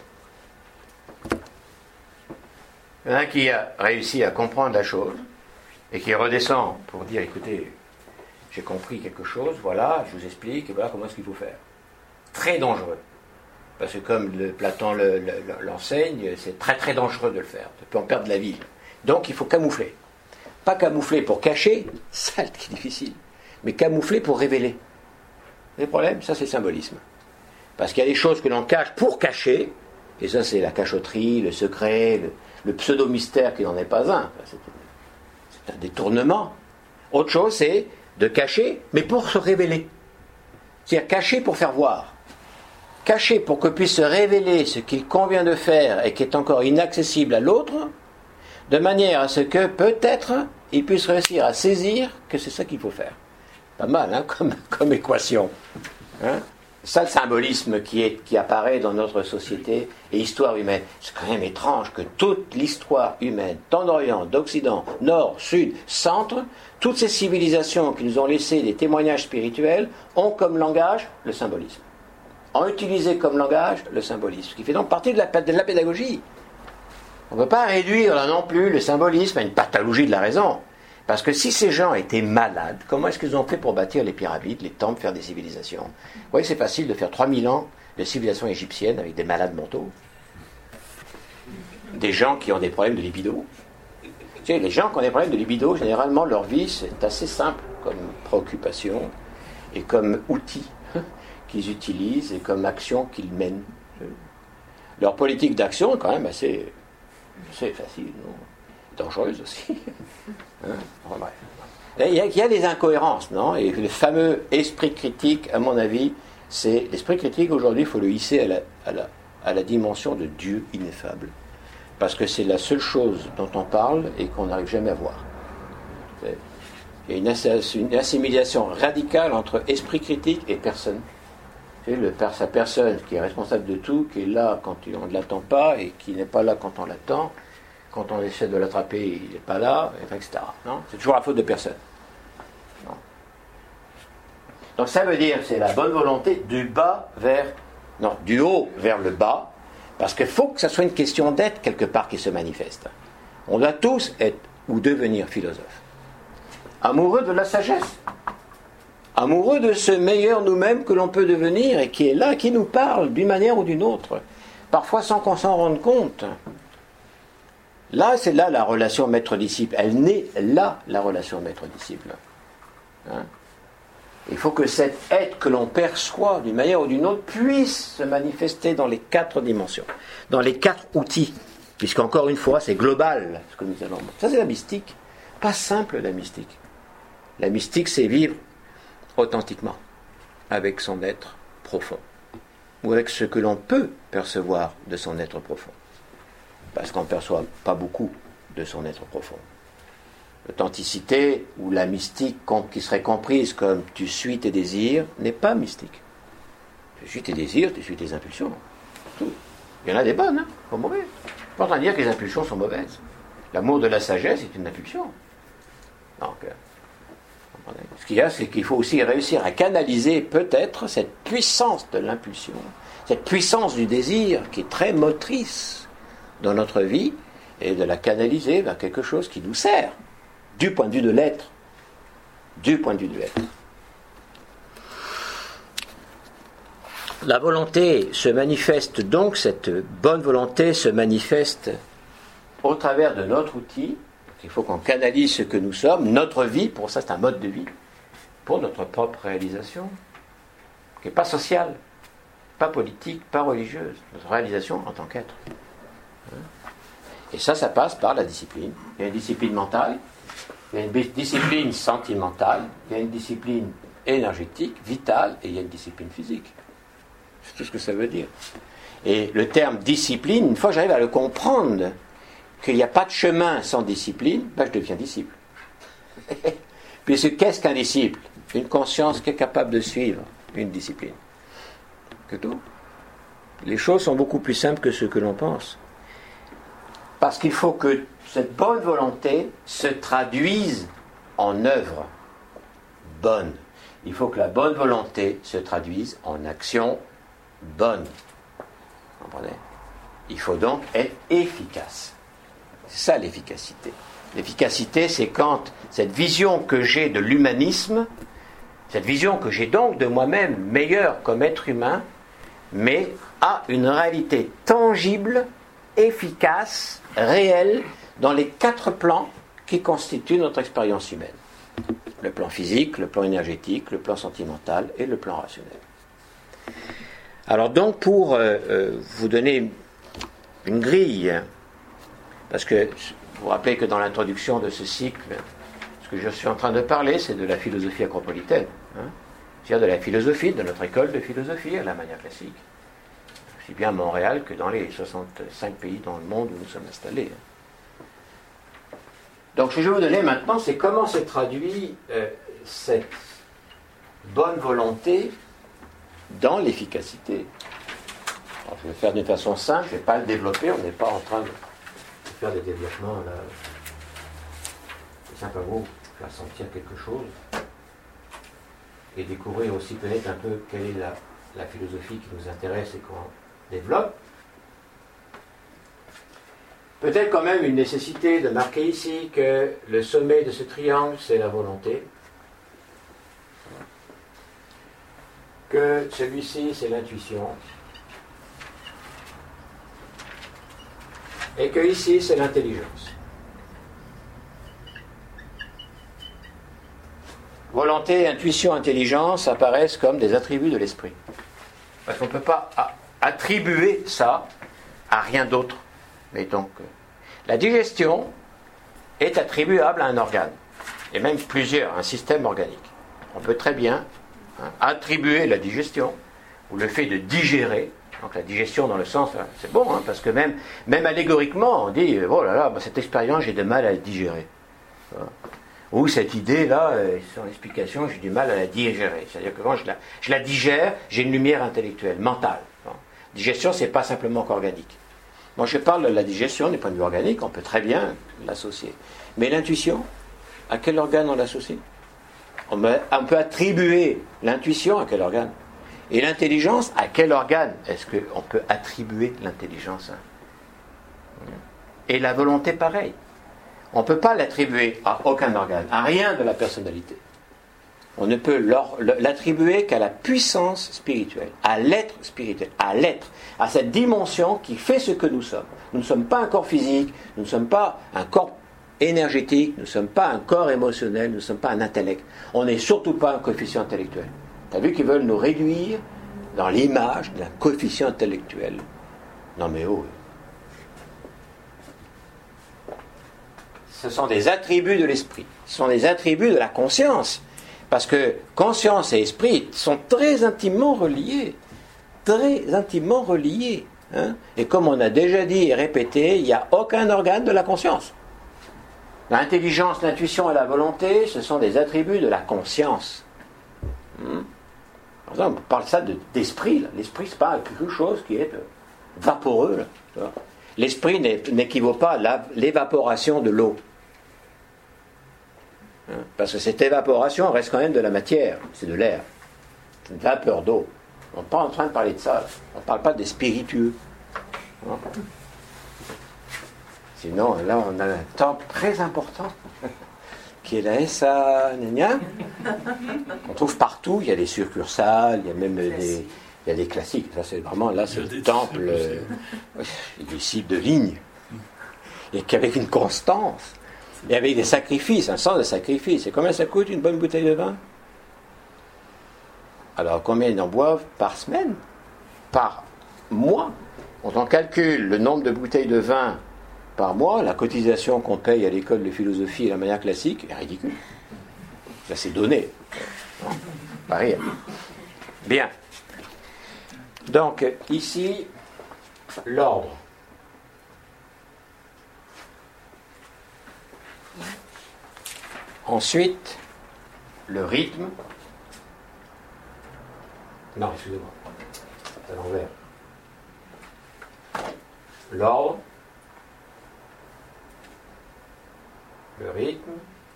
Il y en a un qui a réussi à comprendre la chose, et qui redescend pour dire, écoutez, j'ai compris quelque chose, voilà, je vous explique, et voilà comment est-ce qu'il faut faire. très dangereux. Parce que comme le, Platon le, le, l'enseigne, c'est très très dangereux de le faire. Tu peux en perdre la vie. Donc il faut camoufler. Pas camoufler pour cacher, ça qui est difficile, mais camoufler pour révéler. Le problème, ça c'est le symbolisme. Parce qu'il y a des choses que l'on cache pour cacher, et ça c'est la cachotterie, le secret, le, le pseudo-mystère qui n'en est pas un. C'est, c'est un détournement. Autre chose, c'est de cacher, mais pour se révéler. C'est-à-dire cacher pour faire voir. Cacher pour que puisse se révéler ce qu'il convient de faire et qui est encore inaccessible à l'autre, de manière à ce que peut-être il puisse réussir à saisir que c'est ça qu'il faut faire. Pas mal, hein, comme, comme équation. Hein? Ça, le symbolisme qui, est, qui apparaît dans notre société et histoire humaine. C'est quand même étrange que toute l'histoire humaine, tant d'Orient, d'Occident, Nord, Sud, Centre, toutes ces civilisations qui nous ont laissé des témoignages spirituels ont comme langage le symbolisme. Ont utilisé comme langage le symbolisme, ce qui fait donc partie de la, de la pédagogie. On ne peut pas réduire là non plus le symbolisme à une pathologie de la raison. Parce que si ces gens étaient malades, comment est-ce qu'ils ont fait pour bâtir les pyramides, les temples, faire des civilisations ? Vous voyez que c'est facile de faire trois mille ans de civilisation égyptienne avec des malades mentaux. Des gens qui ont des problèmes de libido. Tu sais, les gens qui ont des problèmes de libido, généralement, leur vie, c'est assez simple comme préoccupation et comme outil qu'ils utilisent et comme action qu'ils mènent. Leur politique d'action est quand même assez, assez facile, non ? Dangereuse aussi. Hein? Bon, bref. Il, y a, il y a des incohérences, non ? Et le fameux esprit critique, à mon avis, c'est l'esprit critique aujourd'hui, il faut le hisser à la, à, la, à la dimension de Dieu ineffable. Parce que c'est la seule chose dont on parle et qu'on n'arrive jamais à voir. C'est, il y a une, ass, une assimilation radicale entre esprit critique et personne. C'est le, sa personne qui est responsable de tout, qui est là quand on ne l'attend pas et qui n'est pas là quand on l'attend. Quand on essaie de l'attraper, il n'est pas là, et cetera. Non ? C'est toujours la faute de personne. Non. Donc ça veut dire, c'est la bonne volonté du bas vers... Non, du haut vers le bas, parce qu'il faut que ça soit une question d'être quelque part qui se manifeste. On doit tous être ou devenir philosophes. Amoureux de la sagesse. Amoureux de ce meilleur nous-mêmes que l'on peut devenir et qui est là, qui nous parle d'une manière ou d'une autre. Parfois sans qu'on s'en rende compte. Là, c'est là la relation maître-disciple. Elle naît là, la relation maître-disciple. Hein ? Il faut que cet être que l'on perçoit d'une manière ou d'une autre puisse se manifester dans les quatre dimensions, dans les quatre outils, puisqu'encore une fois, c'est global ce que nous allons. Ça, c'est la mystique. Pas simple, la mystique. La mystique, c'est vivre authentiquement, avec son être profond, ou avec ce que l'on peut percevoir de son être profond. Parce qu'on ne perçoit pas beaucoup de son être profond. L'authenticité ou la mystique qui serait comprise comme tu suis tes désirs n'est pas mystique. Tu suis tes désirs, tu suis tes impulsions. Tout. Il y en a des bonnes, hein, pas mauvaises. Pas en train de dire que les impulsions sont mauvaises. L'amour de la sagesse est une impulsion. Donc, euh, ce qu'il y a, c'est qu'il faut aussi réussir à canaliser peut-être cette puissance de l'impulsion, cette puissance du désir qui est très motrice dans notre vie, et de la canaliser vers quelque chose qui nous sert, du point de vue de l'être. Du point de vue de l'être. La volonté se manifeste donc, cette bonne volonté se manifeste au travers de notre outil. Il faut qu'on canalise ce que nous sommes, notre vie, pour ça c'est un mode de vie, pour notre propre réalisation, qui n'est pas sociale, pas politique, pas religieuse, notre réalisation en tant qu'être. Et ça, ça passe par la discipline. Il y a une discipline mentale, il y a une discipline sentimentale, il y a une discipline énergétique, vitale, et il y a une discipline physique. C'est tout ce que ça veut dire. Et le terme discipline, une fois que j'arrive à le comprendre, qu'il n'y a pas de chemin sans discipline, ben je deviens disciple. Puisque qu'est-ce qu'un disciple ? Une conscience qui est capable de suivre une discipline. Que tout. Les choses sont beaucoup plus simples que ce que l'on pense. Parce qu'il faut que cette bonne volonté se traduise en œuvre bonne. Il faut que la bonne volonté se traduise en action bonne. Vous comprenez ? Il faut donc être efficace. C'est ça l'efficacité. L'efficacité, c'est quand cette vision que j'ai de l'humanisme, cette vision que j'ai donc de moi-même, meilleur comme être humain, mais a une réalité tangible, efficace, réelle, dans les quatre plans qui constituent notre expérience humaine. Le plan physique, le plan énergétique, le plan sentimental et le plan rationnel. Alors donc, pour euh, euh, vous donner une grille, parce que vous vous rappelez que dans l'introduction de ce cycle, ce que je suis en train de parler, c'est de la philosophie acropolitaine, hein, c'est-à-dire de la philosophie, de notre école de philosophie à la manière classique, aussi bien à Montréal que dans les soixante-cinq pays dans le monde où nous sommes installés. Donc ce que je vais vous donner maintenant, c'est comment se traduit euh, cette bonne volonté dans l'efficacité. Alors, je vais le faire d'une façon simple, je ne vais pas le développer, on n'est pas en train de faire des développements là. C'est simplement faire sentir quelque chose et découvrir aussi peut-être un peu quelle est la, la philosophie qui nous intéresse et qu'on développe. Peut-être quand même une nécessité de marquer ici que le sommet de ce triangle, c'est la volonté. Que celui-ci, c'est l'intuition. Et que ici, c'est l'intelligence. Volonté, intuition, intelligence apparaissent comme des attributs de l'esprit. Parce qu'on ne peut pas attribuer ça à rien d'autre. Mais donc, la digestion est attribuable à un organe, et même plusieurs, un système organique. On peut très bien hein, attribuer la digestion, ou le fait de digérer, donc la digestion dans le sens, c'est bon, hein, parce que même, même allégoriquement, on dit, oh là là, bah, cette expérience, j'ai du mal à la digérer. Ou cette idée-là, sans explication, j'ai du mal à la digérer. C'est-à-dire que quand je la, je la digère, j'ai une lumière intellectuelle, mentale. Bon. Digestion, c'est pas simplement qu'organique. Moi, je parle de la digestion, du point de vue organique, on peut très bien l'associer. Mais l'intuition, à quel organe on l'associe ? on, on peut attribuer l'intuition à quel organe ? Et l'intelligence, à quel organe est-ce qu'on peut attribuer l'intelligence ? Et la volonté, pareil. On ne peut pas l'attribuer à aucun organe, à rien de la personnalité. On ne peut l'attribuer qu'à la puissance spirituelle, à l'être spirituel, à l'être, à cette dimension qui fait ce que nous sommes. Nous ne sommes pas un corps physique, nous ne sommes pas un corps énergétique, nous ne sommes pas un corps émotionnel, nous ne sommes pas un intellect. On n'est surtout pas un coefficient intellectuel. Tu as vu qu'ils veulent nous réduire dans l'image d'un coefficient intellectuel. Non mais oh. Ce sont des attributs de l'esprit, ce sont des attributs de la conscience. Parce que conscience et esprit sont très intimement reliés. Très intimement reliés. Hein? Et comme on a déjà dit et répété, il n'y a aucun organe de la conscience. L'intelligence, l'intuition et la volonté, ce sont des attributs de la conscience. Hum? Par exemple, on parle ça de, d'esprit. Là. L'esprit, ce n'est pas quelque chose qui est vaporeux. Là, l'esprit n'équivaut pas à la, l'évaporation de l'eau. Parce que cette évaporation reste quand même de la matière, c'est de l'air, c'est une vapeur d'eau. On n'est pas en train de parler de ça, on ne parle pas des spiritueux. Non. Sinon, là, on a un temps très important, qui est la S A, on trouve partout, il y a des succursales, il y a même des, il y a des classiques. Ça, c'est vraiment, là, c'est le temple, euh, il y a des sites de ligne, et qu'avec une constance. Et avec des sacrifices, un sens de sacrifice. Et combien ça coûte une bonne bouteille de vin ? Alors combien ils en boivent par semaine ? Par mois ? Quand on calcule le nombre de bouteilles de vin par mois, la cotisation qu'on paye à l'école de philosophie et la manière classique est ridicule. Ça c'est donné. Non, pas rire. Bien. Donc ici, l'ordre. Ensuite, le rythme. Non, excusez-moi. C'est à l'envers. L'ordre. Le rythme.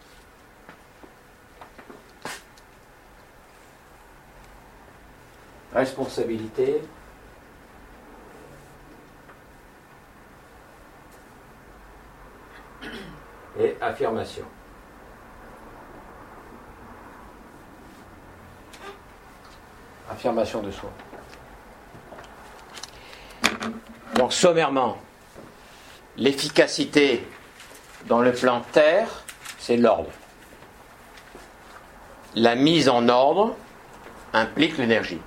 Responsabilité. Et affirmation. Affirmation de soi. Donc sommairement, l'efficacité dans le plan Terre, c'est l'ordre. La mise en ordre implique l'énergie.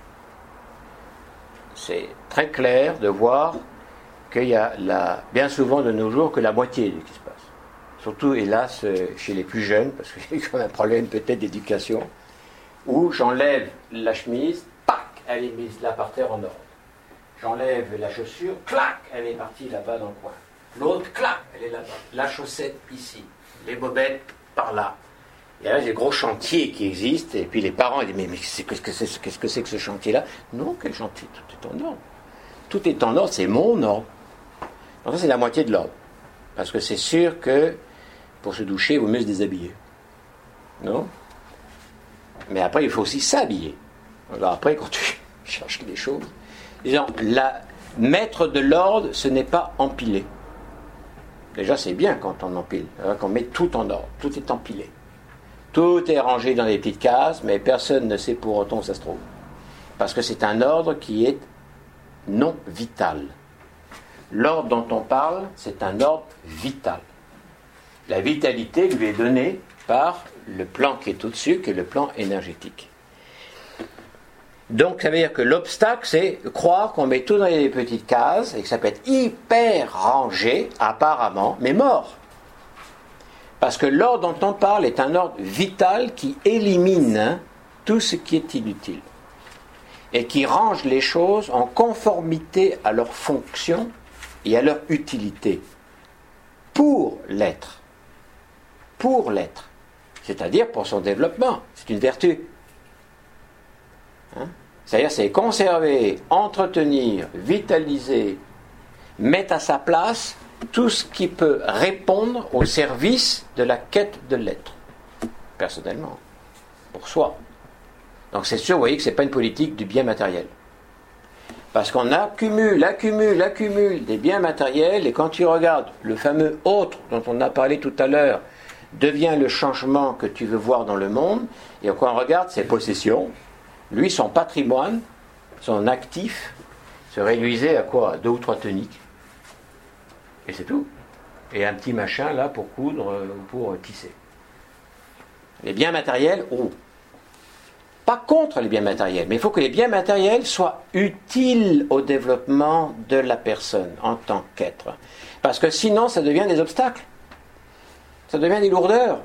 C'est très clair de voir qu'il y a la, bien souvent de nos jours que la moitié de ce qui se passe. Surtout, hélas, chez les plus jeunes, parce qu'il y a quand même un problème peut-être d'éducation, où j'enlève la chemise, pac, elle est mise là par terre en ordre. J'enlève la chaussure, clac, elle est partie là-bas dans le coin. L'autre, clac, elle est là-bas. La chaussette ici, les bobettes par là. Et là, j'ai des gros chantiers qui existent, et puis les parents disent, mais, mais qu'est-ce que c'est, qu'est-ce que c'est que ce chantier-là? Non, quel chantier? Tout est en ordre. Tout est en ordre, c'est mon ordre. Donc ça, c'est la moitié de l'ordre. Parce que c'est sûr que pour se doucher, il vaut mieux se déshabiller. Non? Mais après, il faut aussi s'habiller. Alors après, quand tu cherches des choses, disons, la maître de l'ordre, ce n'est pas empiler. Déjà, c'est bien quand on empile, hein, qu'on met tout en ordre, tout est empilé. Tout est rangé dans des petites cases, mais personne ne sait pour autant où ça se trouve. Parce que c'est un ordre qui est non vital. L'ordre dont on parle, c'est un ordre vital. La vitalité lui est donnée par le plan qui est au-dessus, qui est le plan énergétique. Donc ça veut dire que l'obstacle, c'est croire qu'on met tout dans des petites cases et que ça peut être hyper rangé, apparemment, mais mort. Parce que l'ordre dont on parle est un ordre vital qui élimine hein, tout ce qui est inutile et qui range les choses en conformité à leur fonction et à leur utilité pour l'être. Pour l'être. C'est-à-dire pour son développement. C'est une vertu. Hein? C'est-à-dire c'est conserver, entretenir, vitaliser, mettre à sa place tout ce qui peut répondre au service de la quête de l'être, personnellement, pour soi. Donc c'est sûr, vous voyez que ce n'est pas une politique du bien matériel. Parce qu'on accumule, accumule, accumule des biens matériels, et quand tu regardes le fameux autre dont on a parlé tout à l'heure, devient le changement que tu veux voir dans le monde, et quand on regarde ses possessions, lui, son patrimoine, son actif, se réduisait à quoi? À deux ou trois toniques. Et c'est tout. Et un petit machin là pour coudre ou pour tisser. Les biens matériels, oh. Pas contre les biens matériels, mais il faut que les biens matériels soient utiles au développement de la personne en tant qu'être. Parce que sinon, ça devient des obstacles. Ça devient des lourdeurs.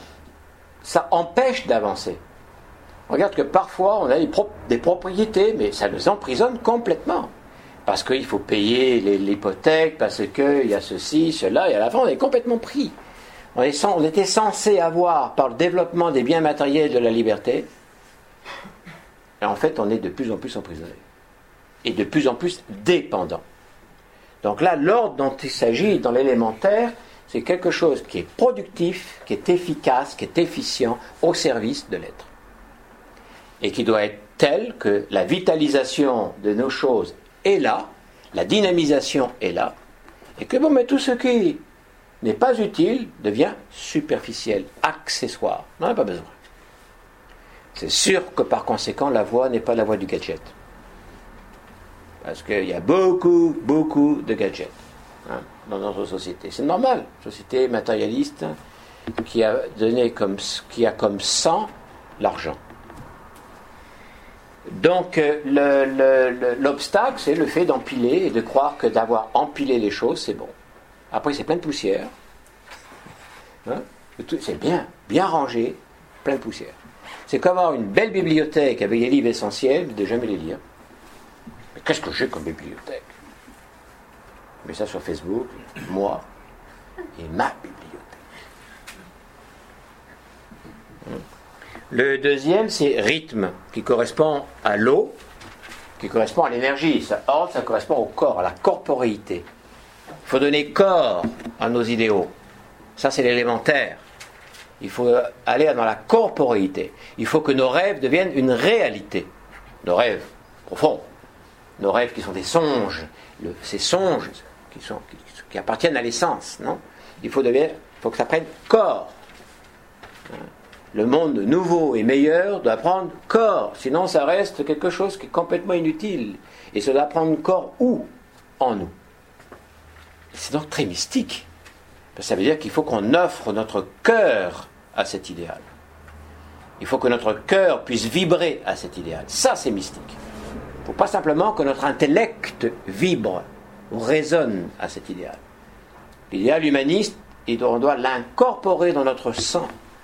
Ça empêche d'avancer. Regarde que parfois, on a des, pro- des propriétés, mais ça nous emprisonne complètement. Parce qu'il faut payer les, l'hypothèque, parce qu'il y a ceci, cela, et à la fin, on est complètement pris. On, est, on était censé avoir, par le développement des biens matériels de la liberté, et en fait, on est de plus en plus emprisonné. Et de plus en plus dépendant. Donc là, l'ordre dont il s'agit dans l'élémentaire, c'est quelque chose qui est productif, qui est efficace, qui est efficient, au service de l'être. Et qui doit être tel que la vitalisation de nos choses est là, la dynamisation est là, et que bon, mais tout ce qui n'est pas utile devient superficiel, accessoire. On n'en a pas besoin. C'est sûr que par conséquent, la voie n'est pas la voie du gadget. Parce qu'il y a beaucoup, beaucoup de gadgets hein, dans notre société. C'est normal, société matérialiste qui a donné comme, qui a comme sang l'argent. Donc le, le, le, l'obstacle, c'est le fait d'empiler et de croire que d'avoir empilé les choses, c'est bon. Après, c'est plein de poussière. Hein? C'est bien, bien rangé, plein de poussière. C'est comme avoir une belle bibliothèque avec des livres essentiels, mais de jamais les lire. Mais qu'est-ce que j'ai comme bibliothèque? Je mets ça sur Facebook, moi et ma bibliothèque. Hein? Le deuxième, c'est rythme, qui correspond à l'eau, qui correspond à l'énergie. Ça, ordre, ça correspond au corps, à la corporéité. Il faut donner corps à nos idéaux. Ça, c'est l'élémentaire. Il faut aller dans la corporéité. Il faut que nos rêves deviennent une réalité. Nos rêves profonds. Nos rêves qui sont des songes. Le, ces songes qui, sont, qui, qui appartiennent à l'essence. Non ? Il faut, devenir, il faut que ça prenne corps. Le monde nouveau et meilleur doit prendre corps, sinon ça reste quelque chose qui est complètement inutile. Et ça doit prendre corps où? en nous. C'est donc très mystique. Ça veut dire qu'il faut qu'on offre notre cœur à cet idéal. Il faut que notre cœur puisse vibrer à cet idéal. Ça, c'est mystique. Il ne faut pas simplement que notre intellect vibre ou résonne à cet idéal. L'idéal humaniste, on doit l'incorporer dans notre sang.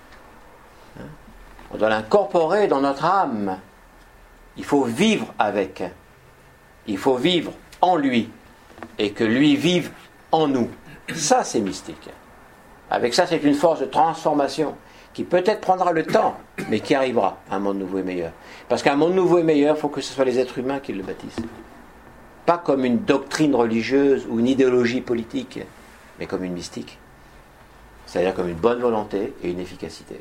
On doit l'incorporer dans notre âme. Il faut vivre avec. Il faut vivre en lui. Et que lui vive en nous. Ça, c'est mystique. Avec ça, c'est une force de transformation qui peut-être prendra le temps, mais qui arrivera à un monde nouveau et meilleur. Parce qu'un monde nouveau et meilleur, il faut que ce soit les êtres humains qui le bâtissent. Pas comme une doctrine religieuse ou une idéologie politique, mais comme une mystique. C'est-à-dire comme une bonne volonté et une efficacité.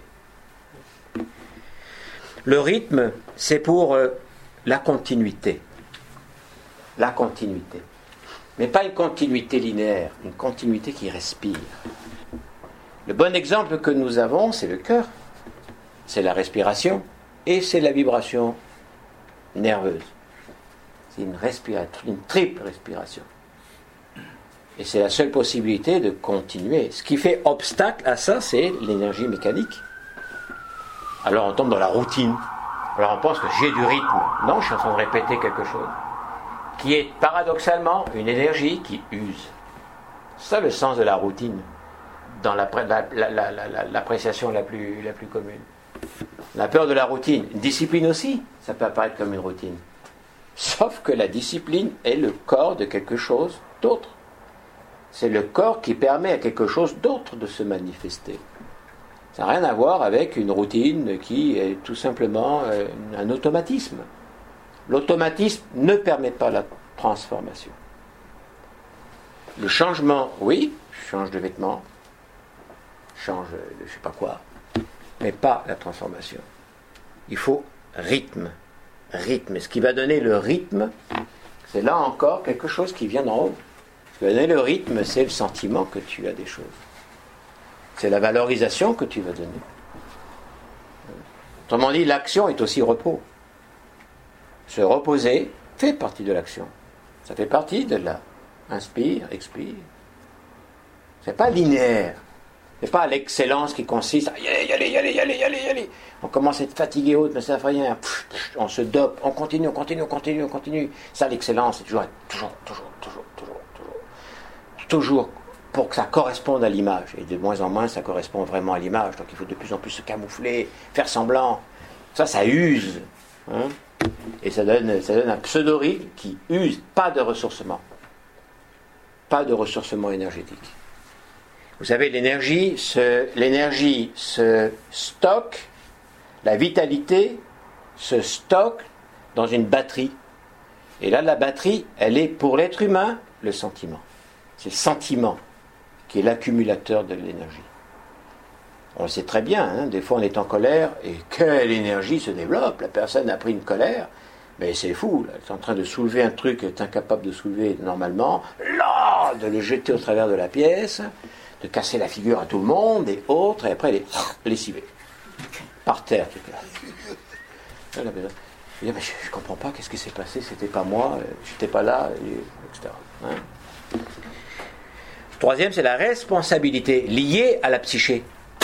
Le rythme, c'est pour euh, la continuité. La continuité. Mais pas une continuité linéaire, une continuité qui respire. Le bon exemple que nous avons, c'est le cœur, c'est la respiration et c'est la vibration nerveuse. C'est une, respira- une triple respiration. Et c'est la seule possibilité de continuer. Ce qui fait obstacle à ça, c'est l'énergie mécanique. Alors on tombe dans la routine. Alors on pense que j'ai du rythme. Non, je suis en train de répéter quelque chose qui est paradoxalement une énergie qui use. C'est ça le sens de la routine, dans la, la, la, la, la, l'appréciation la plus, la plus commune. La peur de la routine. Discipline aussi, ça peut apparaître comme une routine. Sauf que la discipline est le corps de quelque chose d'autre. C'est le corps qui permet à quelque chose d'autre de se manifester. Ça n'a rien à voir avec une routine qui est tout simplement un automatisme. L'automatisme ne permet pas la transformation. Le changement, oui, je change de vêtements, je change de je ne sais pas quoi, mais pas la transformation. Il faut rythme. Rythme. Ce qui va donner le rythme, c'est là encore quelque chose qui vient d'en haut. Ce qui va donner le rythme, c'est le sentiment que tu as des choses. C'est la valorisation que tu vas donner. Autrement dit, l'action est aussi repos. Se reposer fait partie de l'action. Ça fait partie de la inspire, expire. C'est pas linéaire. C'est pas l'excellence qui consiste à y aller, y aller, y aller, y aller, y aller, y aller. On commence à être fatigué haute, mais ça ne fait rien. Pff, pff, on se dope, on continue, on continue, on continue, on continue. Ça, l'excellence, c'est toujours, toujours, toujours, toujours, toujours, toujours, toujours pour que ça corresponde à l'image. Et de moins en moins, ça correspond vraiment à l'image. Donc il faut de plus en plus se camoufler, faire semblant. Ça, ça use. Hein? Et ça donne, ça donne un pseudo-rythme qui use, pas de ressourcement. Pas de ressourcement énergétique. Vous savez, l'énergie se, l'énergie se stocke, la vitalité se stocke dans une batterie. Et là, la batterie, elle est pour l'être humain le sentiment. C'est le sentiment qui est l'accumulateur de l'énergie. On le sait très bien, hein, des fois on est en colère et quelle énergie se développe. La personne a pris une colère, mais c'est fou, là, elle est en train de soulever un truc qu'elle est incapable de soulever normalement, là, de le jeter au travers de la pièce, de casser la figure à tout le monde et autres, et après elle est lessivée. Par terre, tout là. Je dis, mais je ne comprends pas, qu'est-ce qui s'est passé, c'était pas moi, j'étais pas là, et cetera. Hein. Troisième, c'est la responsabilité liée à la psyché.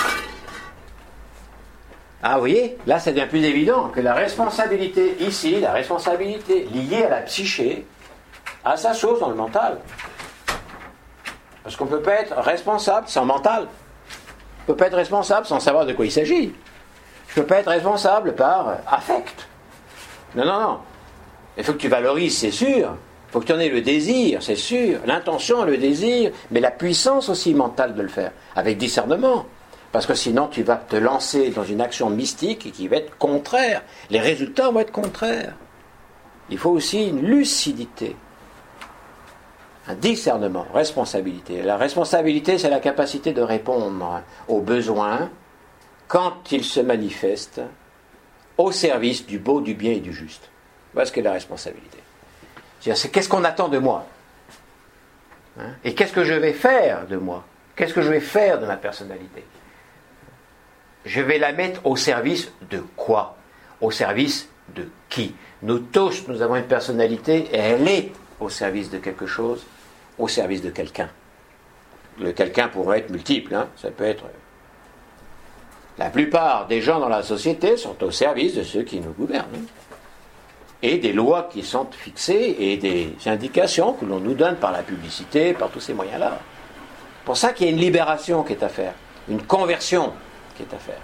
Ah, vous voyez, là, ça devient plus évident que la responsabilité, ici, la responsabilité liée à la psyché, a sa source dans le mental. Parce qu'on ne peut pas être responsable sans mental. On ne peut pas être responsable sans savoir de quoi il s'agit. Je ne peux pas être responsable par affect. Non, non, non. Il faut que tu valorises, c'est sûr. Il faut que tu en aies le désir, c'est sûr. L'intention, le désir, mais la puissance aussi mentale de le faire, avec discernement. Parce que sinon, tu vas te lancer dans une action mystique qui va être contraire. Les résultats vont être contraires. Il faut aussi une lucidité, un discernement, responsabilité. La responsabilité, c'est la capacité de répondre aux besoins quand ils se manifestent au service du beau, du bien et du juste. Voilà ce qu'est la responsabilité. C'est-à-dire, c'est qu'est-ce qu'on attend de moi, hein, et qu'est-ce que je vais faire de moi, qu'est-ce que je vais faire de ma personnalité. Je vais la mettre au service de quoi? Au service de qui? Nous tous, nous avons une personnalité et elle est au service de quelque chose, au service de quelqu'un. Le quelqu'un pourrait être multiple, hein. Ça peut être... La plupart des gens dans la société sont au service de ceux qui nous gouvernent. Hein. Et des lois qui sont fixées et des indications que l'on nous donne par la publicité, par tous ces moyens-là. C'est pour ça qu'il y a une libération qui est à faire, une conversion qui est à faire.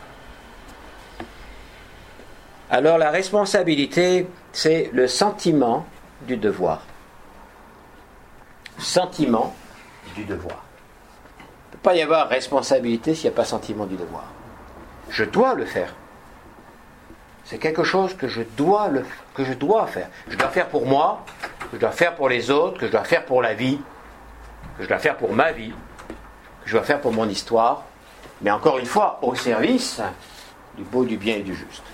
Alors la responsabilité, c'est le sentiment du devoir. Sentiment du devoir. Il ne peut pas y avoir responsabilité s'il n'y a pas sentiment du devoir. Je dois le faire. C'est quelque chose que je dois le, que je dois faire. Je dois faire pour moi, que je dois faire pour les autres, que je dois faire pour la vie, que je dois faire pour ma vie, que je dois faire pour mon histoire, mais encore une fois, au service du beau, du bien et du juste.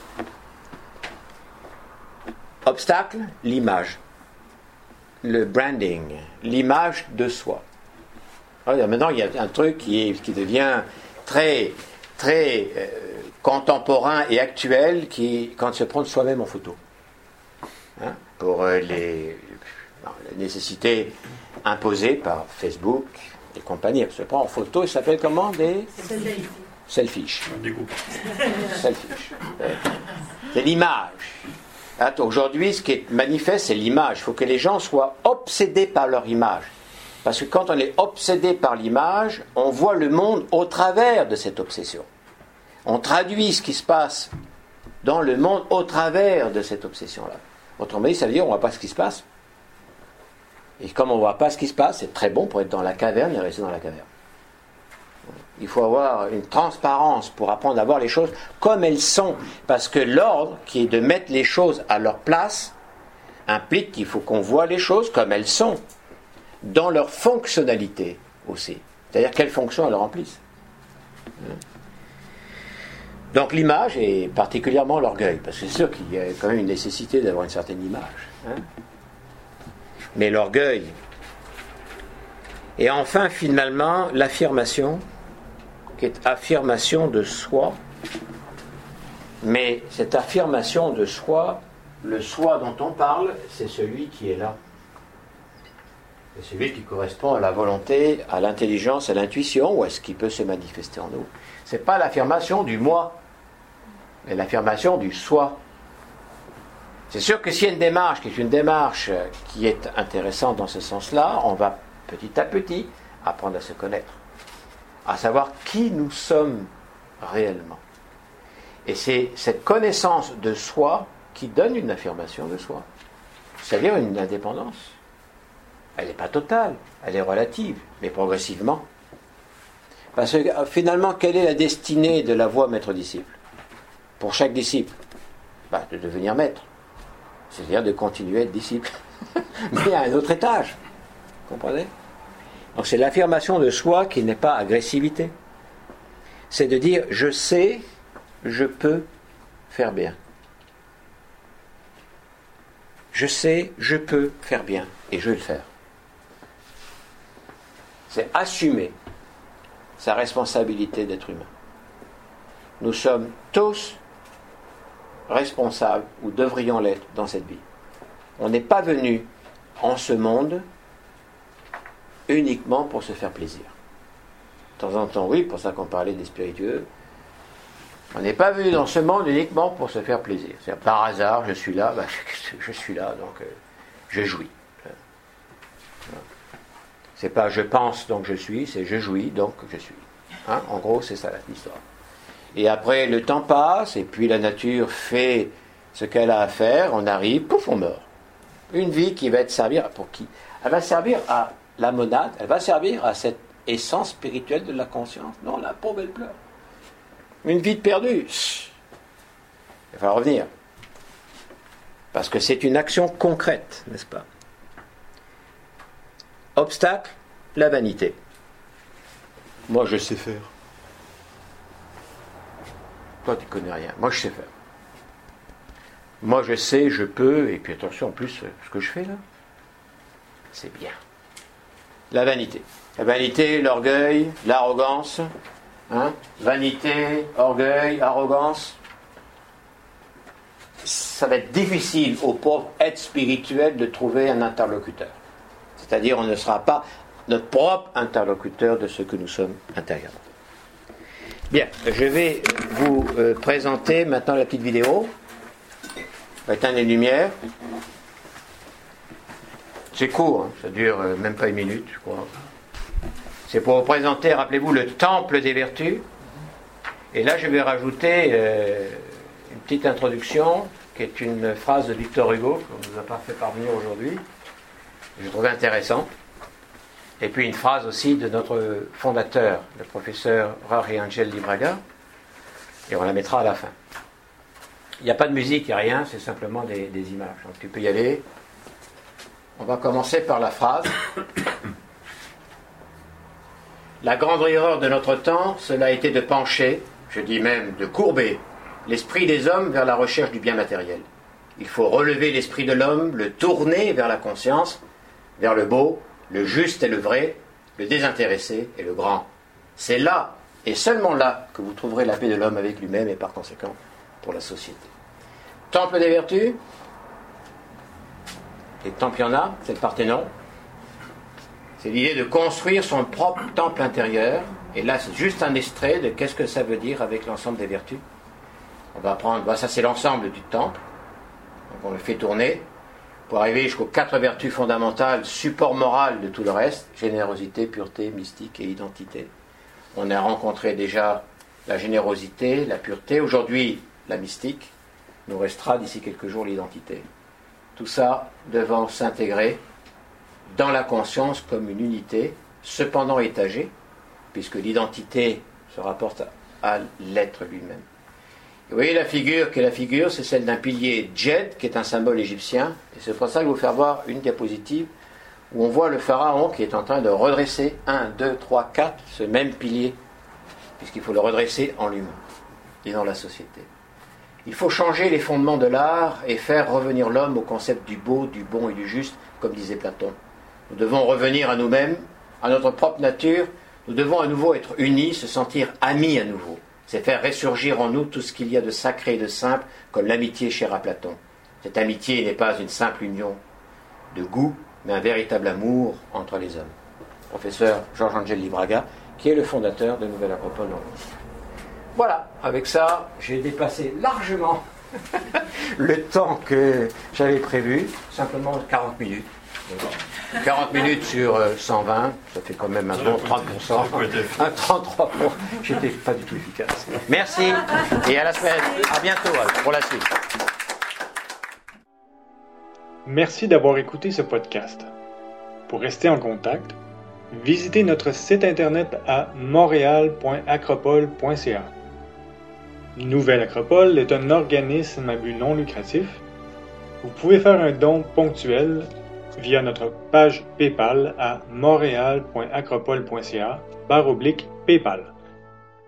Obstacle, l'image. Le branding, l'image de soi. Alors, maintenant, il y a un truc qui, est, qui devient très, très euh, contemporain et actuel, qui, quand se prend soi-même en photo. Hein, pour euh, les, non, les nécessités imposées par Facebook et compagnie. Se prend en photo, il s'appelle comment des Selfish. Selfish. Selfish. C'est l'image. Aujourd'hui, ce qui est manifeste, c'est l'image. Il faut que les gens soient obsédés par leur image. Parce que quand on est obsédé par l'image, on voit le monde au travers de cette obsession. On traduit ce qui se passe dans le monde au travers de cette obsession-là. Autrement dit, ça veut dire qu'on ne voit pas ce qui se passe. Et comme on ne voit pas ce qui se passe, c'est très bon pour être dans la caverne et rester dans la caverne. Il faut avoir une transparence pour apprendre à voir les choses comme elles sont. Parce que l'ordre, qui est de mettre les choses à leur place, implique qu'il faut qu'on voit les choses comme elles sont, dans leur fonctionnalité aussi. C'est-à-dire quelles fonctions elles remplissent. Donc l'image, et particulièrement l'orgueil, parce que c'est sûr qu'il y a quand même une nécessité d'avoir une certaine image. Hein. Mais l'orgueil. Et enfin, finalement, l'affirmation, qui est affirmation de soi. Mais cette affirmation de soi, le soi dont on parle, c'est celui qui est là. C'est celui qui correspond à la volonté, à l'intelligence, à l'intuition, ou à ce qui peut se manifester en nous. Ce n'est pas l'affirmation du moi, mais l'affirmation du soi. C'est sûr que s'il y a une démarche qui est une démarche qui est intéressante dans ce sens-là, on va petit à petit apprendre à se connaître, à savoir qui nous sommes réellement. Et c'est cette connaissance de soi qui donne une affirmation de soi, c'est-à-dire une indépendance. Elle n'est pas totale, elle est relative, mais progressivement. Parce que finalement, quelle est la destinée de la voie maître-disciple ? Pour chaque disciple, bah, de devenir maître, c'est-à-dire de continuer à être disciple, mais à un autre étage. Vous comprenez ? Donc c'est l'affirmation de soi qui n'est pas agressivité. C'est de dire je sais, je peux faire bien. Je sais, je peux faire bien et je vais le faire. C'est assumer sa responsabilité d'être humain. Nous sommes tous responsables ou devrions l'être dans cette vie. On n'est pas venu en ce monde uniquement pour se faire plaisir. De temps en temps, oui, pour ça qu'on parlait des spiritueux. On n'est pas venu dans ce monde uniquement pour se faire plaisir. C'est-à-dire, par hasard, je suis là, ben, je suis là, donc euh, je jouis. C'est pas je pense donc je suis, c'est je jouis donc je suis. Hein, en gros, c'est ça l'histoire. Et après, le temps passe, et puis la nature fait ce qu'elle a à faire, on arrive, pouf, on meurt. Une vie qui va être servir pour qui ? Elle va servir à la monade, elle va servir à cette essence spirituelle de la conscience. Non, la pauvre, elle pleure. Une vie de perdue. Il va revenir. Parce que c'est une action concrète, n'est-ce pas ? Obstacle, la vanité. Moi, je sais faire. Toi, tu connais rien. Moi, je sais faire. Moi, je sais, je peux, et puis attention, en plus, ce que je fais là, c'est bien. La vanité. La vanité, l'orgueil, l'arrogance. Hein? Vanité, orgueil, arrogance. ça va être difficile au pauvre être spirituel de trouver un interlocuteur. C'est-à-dire, on ne sera pas notre propre interlocuteur de ce que nous sommes intérieurement. Bien, je vais vous euh, présenter maintenant la petite vidéo. On va éteindre les lumières. C'est court, hein, ça dure euh, même pas une minute, je crois. C'est pour vous présenter, rappelez-vous, le temple des vertus. Et là, je vais rajouter euh, une petite introduction, qui est une phrase de Victor Hugo, qu'on ne nous a pas fait parvenir aujourd'hui. Je trouvais intéressant. Et puis une phrase aussi de notre fondateur, le professeur Jorge Angel Libraga, et on la mettra à la fin. Il n'y a pas de musique, il n'y a rien, c'est simplement des, des images. Donc tu peux y aller. On va commencer par la phrase. La grande erreur de notre temps, cela a été de pencher, je dis même de courber, l'esprit des hommes vers la recherche du bien matériel. Il faut relever l'esprit de l'homme, le tourner vers la conscience, vers le beau, le juste et le vrai, le désintéressé et le grand. C'est là, et seulement là, que vous trouverez la paix de l'homme avec lui-même et par conséquent pour la société. Temple des vertus. Les temples, il y en a, c'est le Parthénon. C'est l'idée de construire son propre temple intérieur. Et là, c'est juste un extrait de qu'est-ce que ça veut dire avec l'ensemble des vertus. On va prendre, bah, ça c'est l'ensemble du temple. Donc on le fait tourner pour arriver jusqu'aux quatre vertus fondamentales, support moral de tout le reste, générosité, pureté, mystique et identité. On a rencontré déjà la générosité, la pureté, aujourd'hui la mystique, nous restera d'ici quelques jours l'identité. Tout ça devant s'intégrer dans la conscience comme une unité, cependant étagée, puisque l'identité se rapporte à l'être lui-même. Vous voyez la figure, qui est la figure, c'est celle d'un pilier djed, qui est un symbole égyptien, et c'est pour ça que je vais vous faire voir une diapositive où on voit le pharaon qui est en train de redresser un, deux, trois, quatre, ce même pilier, puisqu'il faut le redresser en lui-même et dans la société. Il faut changer les fondements de l'art et faire revenir l'homme au concept du beau, du bon et du juste, comme disait Platon. Nous devons revenir à nous-mêmes, à notre propre nature, nous devons à nouveau être unis, se sentir amis à nouveau. C'est faire ressurgir en nous tout ce qu'il y a de sacré et de simple, comme l'amitié chère à Platon. Cette amitié n'est pas une simple union de goût, mais un véritable amour entre les hommes. Professeur Jorge Angel Libraga, qui est le fondateur de Nouvelle Acropole. Voilà, avec ça, j'ai dépassé largement le temps que j'avais prévu, simplement quarante minutes. quarante minutes sur cent vingt, ça fait quand même un bon trente pour cent, un trente-trois pour cent. J'étais pas du tout efficace. Merci et à la semaine. À bientôt pour la suite. Merci d'avoir écouté ce podcast. Pour rester en contact, visitez notre site internet à montréal point acropole point c a. Nouvelle Acropole est un organisme à but non lucratif. Vous pouvez faire un don ponctuel via notre page PayPal à montréal point acropole point c a barre oblique PayPal.